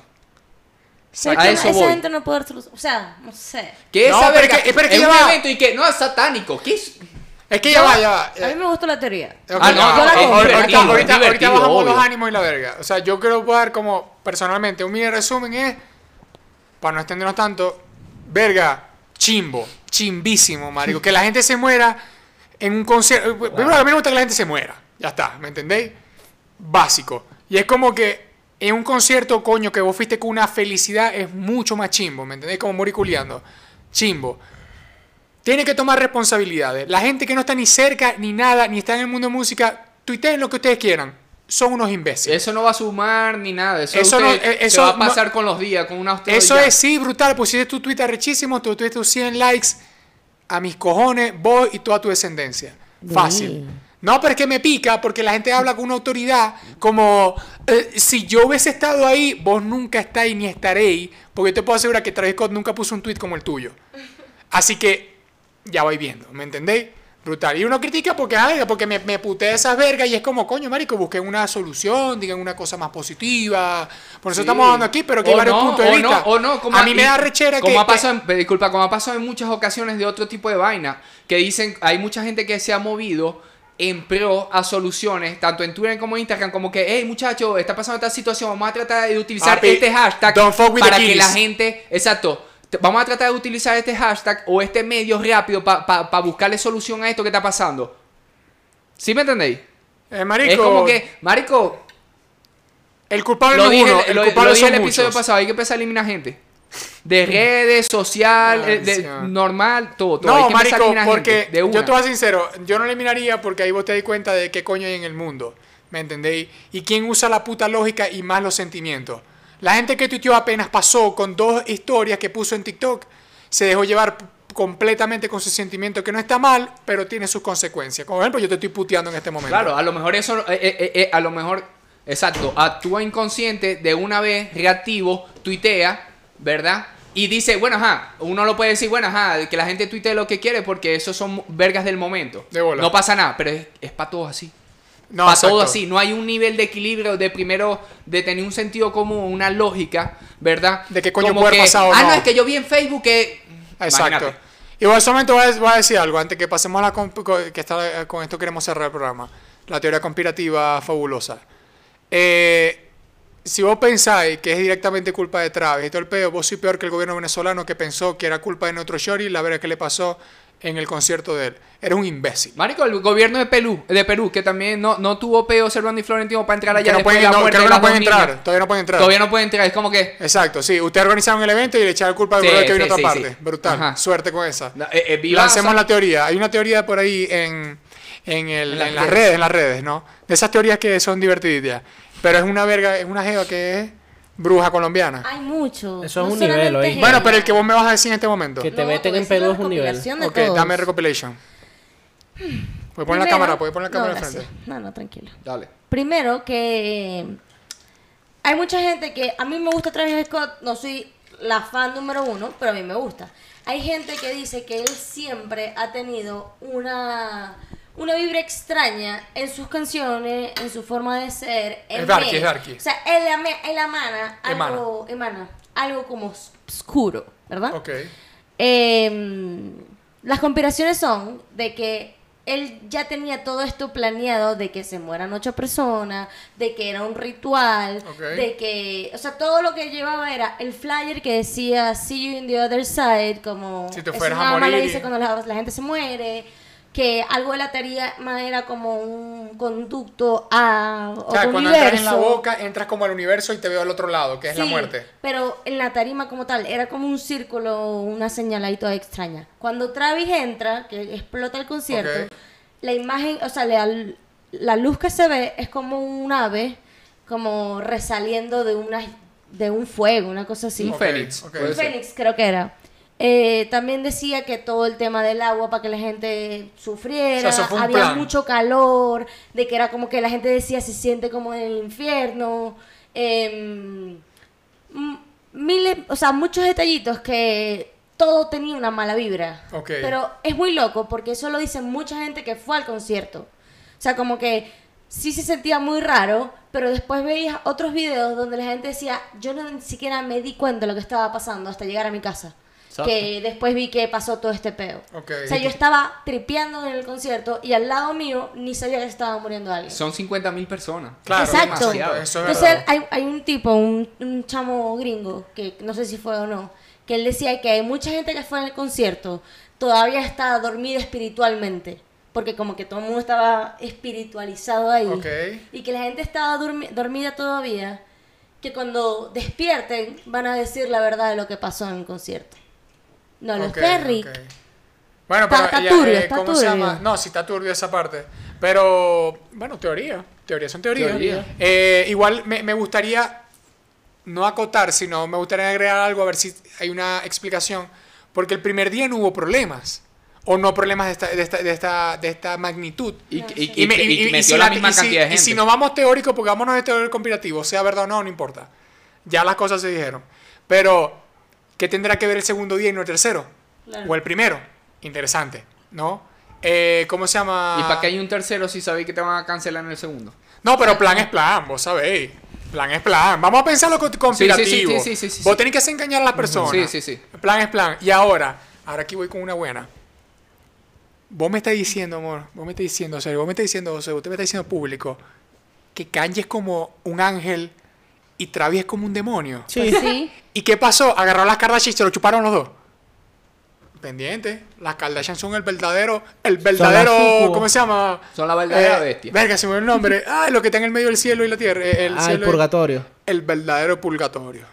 S5: ¿Por
S3: A
S5: qué
S3: eso
S5: esa
S3: voy.
S5: gente no puede dar solución? O sea, no sé.
S3: Que
S1: No,
S3: esa
S1: pero
S3: verga
S1: es que- pero es que
S3: es
S1: ya
S3: un
S1: va.
S3: evento y que no es satánico. ¿Qué es?
S1: Es que ya va, ya va.
S5: A mí me gustó la teoría.
S1: Ok,
S3: Ah, no,
S1: ya va.
S5: yo la
S1: Ahorita-
S5: compro.
S1: ahorita,
S3: Divertido,
S1: ahorita, ahorita
S3: divertido,
S1: bajamos los
S3: obvio.
S1: ánimos y la verga. O sea, yo creo dar como, personalmente, un mini resumen es, para no extendernos tanto, verga, chimbo, chimbísimo, marico. Que la gente se muera en un concierto. Primero, a mí me gusta que la gente se muera. Ya está, ¿me entendéis? Básico. Y es como que en un concierto, coño, que vos fuiste con una felicidad, es mucho más chimbo, ¿me entendéis? Como morir culiando. Chimbo. Tiene que tomar responsabilidades. La gente que no está ni cerca, ni nada, ni está en el mundo de música, tuiteen lo que ustedes quieran. Son unos imbéciles.
S3: Eso no va a sumar ni nada. Eso,
S1: Eso
S3: usted-
S1: no- eh,
S3: se
S1: eso
S3: va a
S1: no-
S3: pasar con los días, con una usted
S1: Eso
S3: ya.
S1: es, sí, brutal. Pusiste tu tweet arrechísimo, tú tuviste tus cien likes, a mis cojones, vos y toda tu descendencia. Fácil. No, pero es que me pica porque la gente habla con una autoridad como, eh, si yo hubiese estado ahí, vos nunca estáis ni estaréis, porque yo te puedo asegurar que Travis Scott nunca puso un tweet como el tuyo. Así que ya vais viendo, ¿me entendéis? Brutal. Y uno critica porque, ay, porque me, me putea esas vergas y es como, coño, marico, busquen una solución, digan una cosa más positiva. Por eso
S3: Sí.
S1: estamos hablando aquí, pero que hay
S3: O
S1: varios
S3: no,
S1: puntos de
S3: o
S1: vista.
S3: no, o no, como
S1: a mí me
S3: y-
S1: da rechera
S3: como
S1: que...
S3: ha pasado
S1: que-
S3: en- disculpa, como ha pasado en muchas ocasiones de otro tipo de vaina, que dicen, hay mucha gente que se ha movido en pro a soluciones, tanto en Twitter como en Instagram, como que, hey muchachos, está pasando esta situación, vamos a tratar de utilizar
S1: Papi,
S3: este hashtag
S1: don't fuck with
S3: para
S1: the
S3: que la
S1: keys.
S3: gente, exacto, te- vamos a tratar de utilizar este hashtag o este medio rápido para pa, pa buscarle solución a esto que está pasando. ¿Sí me entendéis?
S1: eh, marico,
S3: Es como que, marico,
S1: el culpable
S3: lo
S1: no es
S3: dije,
S1: uno,
S3: lo-
S1: el
S3: lo
S1: culpable
S3: dije
S1: son
S3: el episodio
S1: muchos.
S3: pasado, hay que empezar a eliminar gente. De redes, social,
S1: Ay,
S3: eh, de,
S1: sí.
S3: normal, todo, todo. Hay
S1: No,
S3: que empezar a
S1: marico,
S3: eliminar
S1: porque
S3: gente, de una.
S1: yo te voy a ser sincero, yo no eliminaría porque ahí vos te das cuenta de qué coño hay en el mundo, ¿me entendéis? Y quién usa la puta lógica y más los sentimientos. La gente que tuiteó apenas pasó con dos historias que puso en TikTok, se dejó llevar p- completamente con su sentimiento, que no está mal, pero tiene sus consecuencias. Como ejemplo, yo te estoy puteando en este momento.
S3: Claro, a lo mejor eso, eh, eh, eh, a lo mejor, exacto, actúa inconsciente, de una vez, reactivo, tuitea, ¿verdad? Y dice, bueno, ajá, uno lo puede decir, bueno, ajá, que la gente tuitee lo que quiere porque esos son vergas del momento.
S1: De bola.
S3: No pasa nada, pero es, es para todos así.
S1: No,
S3: para todo
S1: exacto.
S3: así, no hay un nivel de equilibrio de primero de tener un sentido común, una lógica, ¿verdad?
S1: De qué coño
S3: Como
S1: puede haber
S3: que,
S1: pasado o
S3: Ah,
S1: no.
S3: no, es que yo vi en Facebook que...
S1: Exacto.
S3: Imagínate.
S1: Igual solamente voy a, voy a decir algo antes que pasemos a la comp- co- que está, con esto queremos cerrar el programa. La teoría conspirativa fabulosa. Eh, si vos pensáis que es directamente culpa de Travis y todo el pedo, vos sois peor que el gobierno venezolano que pensó que era culpa de nuestro Shori la verdad que le pasó en el concierto de él. Eres un imbécil.
S3: Marico, el gobierno de Perú, de Perú que también no, no tuvo peo Servando y Florentino para entrar allá
S1: Que no
S3: después
S1: pueden,
S3: de la
S1: no,
S3: muerte
S1: creo
S3: de
S1: que
S3: las
S1: no pueden
S3: dos
S1: entrar.
S3: niñas.
S1: Todavía no pueden entrar.
S3: Todavía no pueden entrar, es como que...
S1: Exacto, sí. Ustedes organizaron el evento y le echaron culpa al
S3: Sí,
S1: brother que vino
S3: sí,
S1: de otra
S3: sí,
S1: parte.
S3: sí.
S1: Brutal.
S3: Ajá.
S1: Suerte con esa.
S3: No, eh, eh, viva,
S1: Lancemos
S3: o sea,
S1: la teoría. Hay una teoría por ahí en, en, el-
S3: En las
S1: en las
S3: redes.
S1: redes, en las redes, ¿no? De esas teorías que son divertidas. Pero es una verga, es una jeva que es bruja colombiana.
S5: Hay mucho.
S2: Eso es
S5: No
S2: un nivel,
S5: solamente
S2: oye.
S5: es
S1: Bueno,
S5: ella.
S1: pero el que vos me vas a decir en este momento.
S2: Que te
S5: No,
S2: meten
S5: te
S2: en
S5: voy a decir
S2: Perú
S5: la
S2: es un nivel.
S5: recopilación de
S1: Ok,
S5: todos.
S1: dame recopilation. Puedes poner la
S5: Primero-
S1: cámara, puedes poner la
S5: no,
S1: cámara
S5: gracias.
S1: enfrente.
S5: No, no, tranquilo.
S3: Dale.
S5: Primero que hay mucha gente que a mí me gusta Travis Scott, no soy la fan número uno, pero a mí me gusta. Hay gente que dice que él siempre ha tenido una una vibra extraña en sus canciones, en su forma de ser.
S1: Es
S5: en
S1: darky,
S5: él.
S1: es darky.
S5: O sea, él, ame- él emana algo, emana algo como os- oscuro, ¿verdad?
S1: Ok.
S5: Eh, las conspiraciones son de que él ya tenía todo esto planeado, de que se mueran ocho personas, de que era un ritual,
S1: Ok.
S5: de que, o sea, todo lo que llevaba era el flyer que decía See you in the other side, como
S1: Si te
S5: eso
S1: fueras a
S5: nada más lo
S1: morir.
S5: dice cuando la, la gente se muere, que algo de la teoría era como un conducto a
S1: O
S5: otro
S1: sea, cuando
S5: universo.
S1: entras en la boca, entras como al universo y te veo al otro lado, que es la
S5: Sí,
S1: muerte.
S5: pero en la tarima como tal, era como un círculo, una señaladita extraña. Cuando Travis entra, que explota el concierto,
S1: Ok.
S5: la imagen, o sea, la, la luz que se ve es como un ave, como resaliendo de una de un fuego, una cosa así.
S3: Un
S1: Ok,
S3: fénix.
S1: ok.
S3: puede
S5: Un
S3: ser.
S5: fénix creo que era. Eh, también decía que todo el tema del agua para que la gente sufriera,
S1: O sea, eso fue un
S5: había
S1: plan.
S5: mucho calor, de que era como que la gente decía se siente como en el infierno, eh, m- miles, o sea, muchos detallitos que todo tenía una mala vibra.
S1: Ok.
S5: Pero es muy loco porque eso lo dicen mucha gente que fue al concierto. O sea, como que sí se sentía muy raro, pero después veías otros videos donde la gente decía, yo no, ni siquiera me di cuenta de lo que estaba pasando hasta llegar a mi casa.
S3: Exacto.
S5: Que después vi que pasó todo este peo.
S1: Ok.
S5: O sea, yo estaba tripeando en el concierto y al lado mío ni sabía que se estaba muriendo alguien.
S3: Son cincuenta mil personas.
S1: Claro,
S5: Exacto.
S1: demasiado, eso es
S5: Entonces
S1: verdad.
S5: hay, hay un tipo, un, un chamo gringo, que no sé si fue o no, que él decía que hay mucha gente que fue en el concierto todavía está dormida espiritualmente. Porque como que todo el mundo estaba espiritualizado ahí.
S1: Ok.
S5: Y que la gente estaba durmi- dormida todavía. Que cuando despierten van a decir la verdad de lo que pasó en el concierto. No lo
S1: Ok,
S5: sé, Rick.
S1: ok. Bueno,
S5: Está-
S1: pero
S5: está
S1: ya,
S5: turbio,
S1: eh,
S5: está
S1: ¿cómo se
S5: turbio.
S1: llama? No, sí está turbio esa parte. Pero, bueno, teoría. Teorías son teorías.
S3: Teoría.
S1: Eh, igual me, me gustaría no acotar, sino me gustaría agregar algo a ver si hay una explicación. Porque el primer día no hubo problemas. O no problemas de esta, de esta, de esta, de esta magnitud.
S3: Y,
S5: No,
S3: y,
S5: sí.
S3: y,
S1: me-
S3: y- y
S1: y
S3: metió
S1: si
S3: la
S1: la-
S3: misma
S1: y si-
S3: cantidad de gente.
S1: Y si nos vamos teórico, porque vámonos de teoría conspirativo, sea verdad o no, no importa. Ya las cosas se dijeron. Pero, ¿qué tendrá que ver el segundo día y no el tercero?
S5: Claro.
S1: O el primero. Interesante, ¿no? Eh, ¿Cómo se llama?
S3: ¿Y para qué hay un tercero si sabéis que te van a cancelar en el segundo?
S1: No, pero plan es plan, vos sabéis. Plan es plan. Vamos a pensar lo co- conspirativo.
S3: Sí, sí, sí, sí, sí, sí,
S1: Vos
S3: sí.
S1: tenés que hacer engañar a las personas.
S3: Sí, sí, sí.
S1: Plan es plan. Y ahora, ahora aquí voy con una buena. Vos me estás diciendo, amor, vos me estás diciendo, o sea, vos me estás diciendo, o sea, usted me está diciendo público, que Kanye es como un ángel y Travis es como un demonio.
S2: Sí.
S5: Pues sí.
S1: ¿Y qué pasó? Agarró las Kardashian y se lo chuparon los dos. Pendiente. Las Kardashian son el verdadero, el verdadero,
S2: sucubos.
S1: ¿cómo se llama?
S3: Son la verdadera
S1: Eh,
S3: bestia.
S1: Verga, se me olvidó el nombre. Ah, lo que está en el medio del cielo y la tierra. eh, El
S2: Ah, el
S1: cielo y-
S2: purgatorio.
S1: el verdadero purgatorio.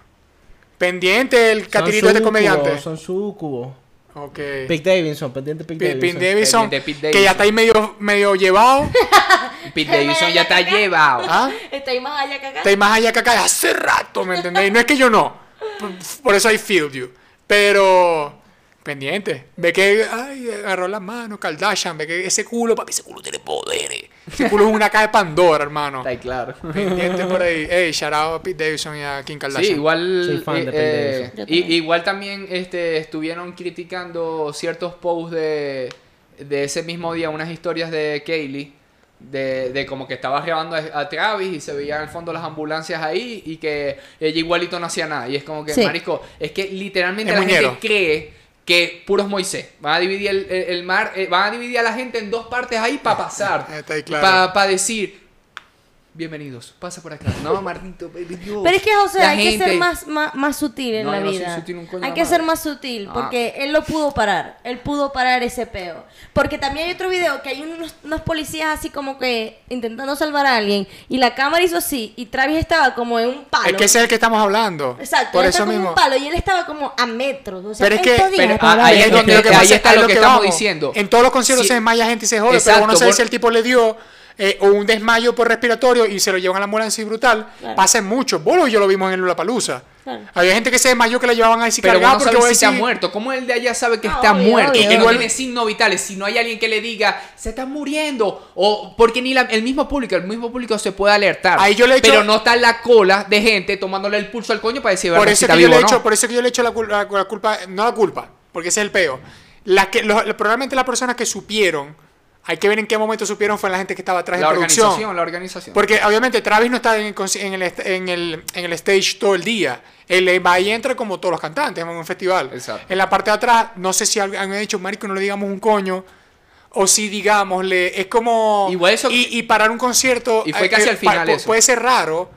S1: Pendiente el
S2: Son
S1: catirito de
S2: súcubos,
S1: comediante.
S2: Son sucubos.
S1: Ok.
S2: Pete Davidson, pendiente Pete
S1: Pete
S2: Davidson.
S1: Davidson,
S3: Pendiente Pete
S1: que
S3: Davidson.
S1: ya está ahí medio, medio llevado.
S3: Pete Davidson ya está llevado.
S1: ¿Ah?
S5: Está ahí más allá que acá.
S1: Está ahí más allá que acá hace rato, ¿me entendéis? No es que yo no. Por, por eso I feel you. Pero, pendiente. Ve que, ay, agarró las manos, Kardashian. Ve que ese culo, papi, ese culo tiene poderes. Ese culo es una caja de Pandora, hermano.
S3: Está ahí claro.
S1: Pendiente por ahí. Ey, shout out a Pete Davidson y a Kim Kardashian.
S3: Sí, igual.
S2: Soy fan de
S3: eh,
S2: Pete
S3: eh,
S2: Davidson.
S5: Yo
S3: y-
S5: también.
S3: igual también este, estuvieron criticando ciertos posts de, de ese mismo día, unas historias de Kaylee, de, de como que estaba grabando a, a Travis y se veían al fondo las ambulancias ahí y que ella igualito no hacía nada. Y es como que,
S5: Sí.
S3: marico, es que literalmente
S1: Es
S3: la
S1: muñero.
S3: gente cree que puros Moisés. Van a dividir el, el- el mar, eh, van a dividir a la gente en dos partes ahí para pasar.
S1: Está ahí claro.
S3: Para decir. Bienvenidos, pasa por acá. No, Martito, baby, Dios.
S5: Pero es que, José,
S3: La
S5: hay que
S3: gente-
S5: ser más, más, más sutil en
S3: No,
S5: la
S3: yo no soy
S5: vida.
S3: sutil un coño
S5: Hay
S3: de
S5: que
S3: madre.
S5: ser más sutil,
S3: Ah.
S5: porque él lo pudo parar. Él pudo parar ese peo. Porque también hay otro video que hay unos, unos policías así como que intentando salvar a alguien. Y la cámara hizo así. Y Travis estaba como en un palo.
S1: Es que ese es el que estamos hablando.
S5: Exacto,
S1: Por
S5: él
S1: eso
S5: estaba como
S1: mismo.
S5: un palo y él estaba como a metros. O sea,
S1: Pero es
S5: él
S1: que-
S5: podía
S3: pero,
S5: parar
S3: ah, ahí
S5: eso.
S3: es donde-
S1: lo que
S3: ahí
S1: pasa-
S3: está
S1: ahí
S3: lo que estamos
S1: vamos.
S3: diciendo.
S1: En todos los conciertos
S3: Sí.
S1: se desmaya gente y se jode,
S3: Exacto,
S1: pero uno sabe
S3: vos-
S1: si el tipo le dio eh, o un desmayo por respiratorio y se lo llevan a la ambulancia y brutal.
S5: Claro.
S1: Pasa mucho. Vos y yo lo vimos en Lollapalooza.
S5: Claro.
S1: Había gente que se desmayó que la llevaban ahí
S3: Pero vos
S1: cargada
S3: no
S1: porque
S3: sabes
S1: vos
S3: si está
S1: decís-
S3: muerto. ¿Cómo el de allá sabe que
S5: Ah,
S3: está
S5: obvio,
S3: muerto?
S5: obvio,
S3: Y no
S1: obvio.
S3: tiene signos vitales. Si no hay alguien que le diga, se está muriendo. O porque ni la- el mismo público, el mismo público se puede alertar.
S1: Ahí yo le echo-
S3: Pero no está en la cola de gente tomándole el pulso al coño para decir,
S1: Por
S3: ¿verdad?
S1: eso,
S3: si
S1: que
S3: está
S1: yo le
S3: vivo o
S1: echo,
S3: no.
S1: por eso que yo le echo la, cul- la- la culpa, no la culpa, porque ese es el peo. Las que, los- probablemente las personas que supieron, hay que ver en qué momento supieron, fue la gente que estaba atrás
S3: La
S1: de producción.
S3: organización, la organización.
S1: Porque obviamente Travis no está en el, conci- en el, est- en el, en el stage todo el día. Él va y entra como todos los cantantes en un festival.
S3: Exacto.
S1: En la parte de atrás, no sé si han han dicho, marico, no le digamos un coño. O si digámosle, es como...
S3: Igual eso-
S1: y, y parar un concierto...
S3: Y fue
S1: eh,
S3: casi
S1: eh,
S3: al final
S1: pa-
S3: eso.
S1: Puede ser raro,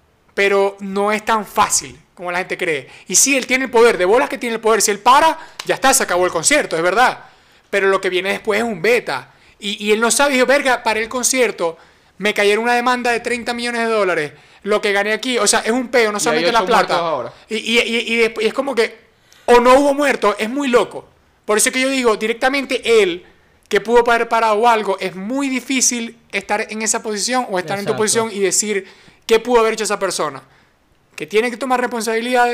S1: pero no es tan fácil como la gente cree. Y sí, él tiene el poder, de bolas que tiene el poder. Si él para, ya está, se acabó el concierto, es verdad. Pero lo que viene después es un beta. Y, y él no sabe, dijo, verga, para el concierto me cayeron una demanda de treinta millones de dólares. Lo que gané aquí, o sea, es un peo, no
S3: Y
S1: solamente
S3: hay
S1: la
S3: ocho
S1: plata.
S3: muertos ahora.
S1: Y, y, y, y después- y es como que, o no hubo muertos, es muy loco. Por eso que yo digo, directamente él, que pudo haber parado algo, es muy difícil estar en esa posición o estar en tu
S2: Exacto.
S1: posición y decir qué pudo haber hecho esa persona. Que tiene que tomar responsabilidades,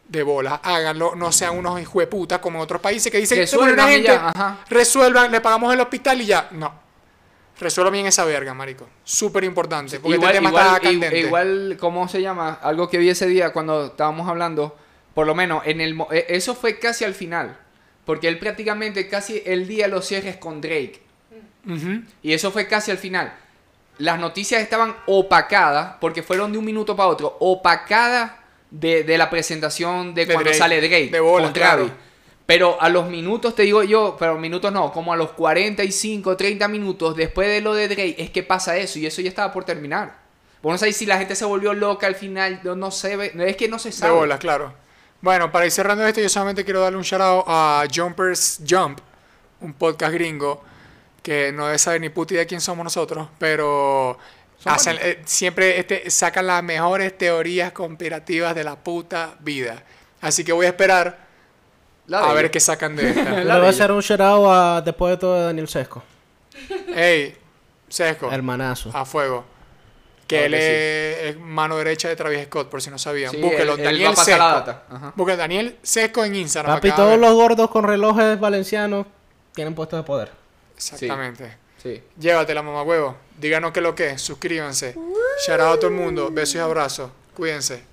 S1: de bolas, háganlo, no sean unos hijueputas como en otros países que dicen que
S3: Resuelvan
S1: una
S3: y
S1: gente,
S3: ya, ajá.
S1: resuelvan, le pagamos el hospital y ya. No. Resuelvan bien esa verga, marico. Súper importante, porque
S3: igual,
S1: este tema
S3: igual,
S1: está
S3: i-
S1: candente.
S3: igual, ¿cómo se llama? Algo que vi ese día cuando estábamos hablando, por lo menos, en el mo- eh, eso fue casi al final. Porque él prácticamente casi el día lo cierres con Drake.
S1: Ujú.
S3: Y eso fue casi al final. Las noticias estaban opacadas, porque fueron de un minuto para otro, opacadas de, de la presentación de,
S1: De
S3: cuando
S1: Drake.
S3: sale Drake.
S1: De bolas,
S3: con Travis.
S1: claro.
S3: Pero a los minutos, te digo yo, pero minutos no, como a los cuarenta y cinco, treinta minutos después de lo de Drake, es que pasa eso, y eso ya estaba por terminar. Vos no sabés si la gente se volvió loca al final, no, no se ve, es que no se
S1: De
S3: sabe.
S1: bolas, claro. Bueno, para ir cerrando esto, yo solamente quiero darle un shout out a Jumpers Jump, un podcast gringo que no debe saber ni puta idea de quién somos nosotros, pero
S3: Son
S1: hacen, eh, siempre este, sacan las mejores teorías conspirativas de la puta vida. Así que voy a esperar
S3: La de
S1: a ver
S3: ellos.
S1: qué sacan de esta.
S2: Yo le
S3: La
S2: voy
S3: de
S2: a hacer un shout out a, después de todo de Daniel Sesco.
S1: Ey, Sesco,
S2: Hermanazo.
S1: a fuego. Que
S3: Claro
S1: él
S3: que
S1: es, es mano derecha de Travis Scott, por si no sabían.
S3: Sí,
S1: Búsquelo,
S3: él- él
S1: Daniel
S3: va a pasar la
S1: Sesco.
S3: data. Ajá.
S1: Busquen Daniel Sesco en Instagram.
S2: Papi,
S1: para que
S2: todos
S1: vean.
S2: los gordos con relojes valencianos tienen puestos de poder.
S1: Exactamente.
S3: Sí.
S1: Llévatela, mamá huevo. Díganos qué es lo que es. Suscríbanse. Shout out a todo el mundo. Besos y abrazos. Cuídense.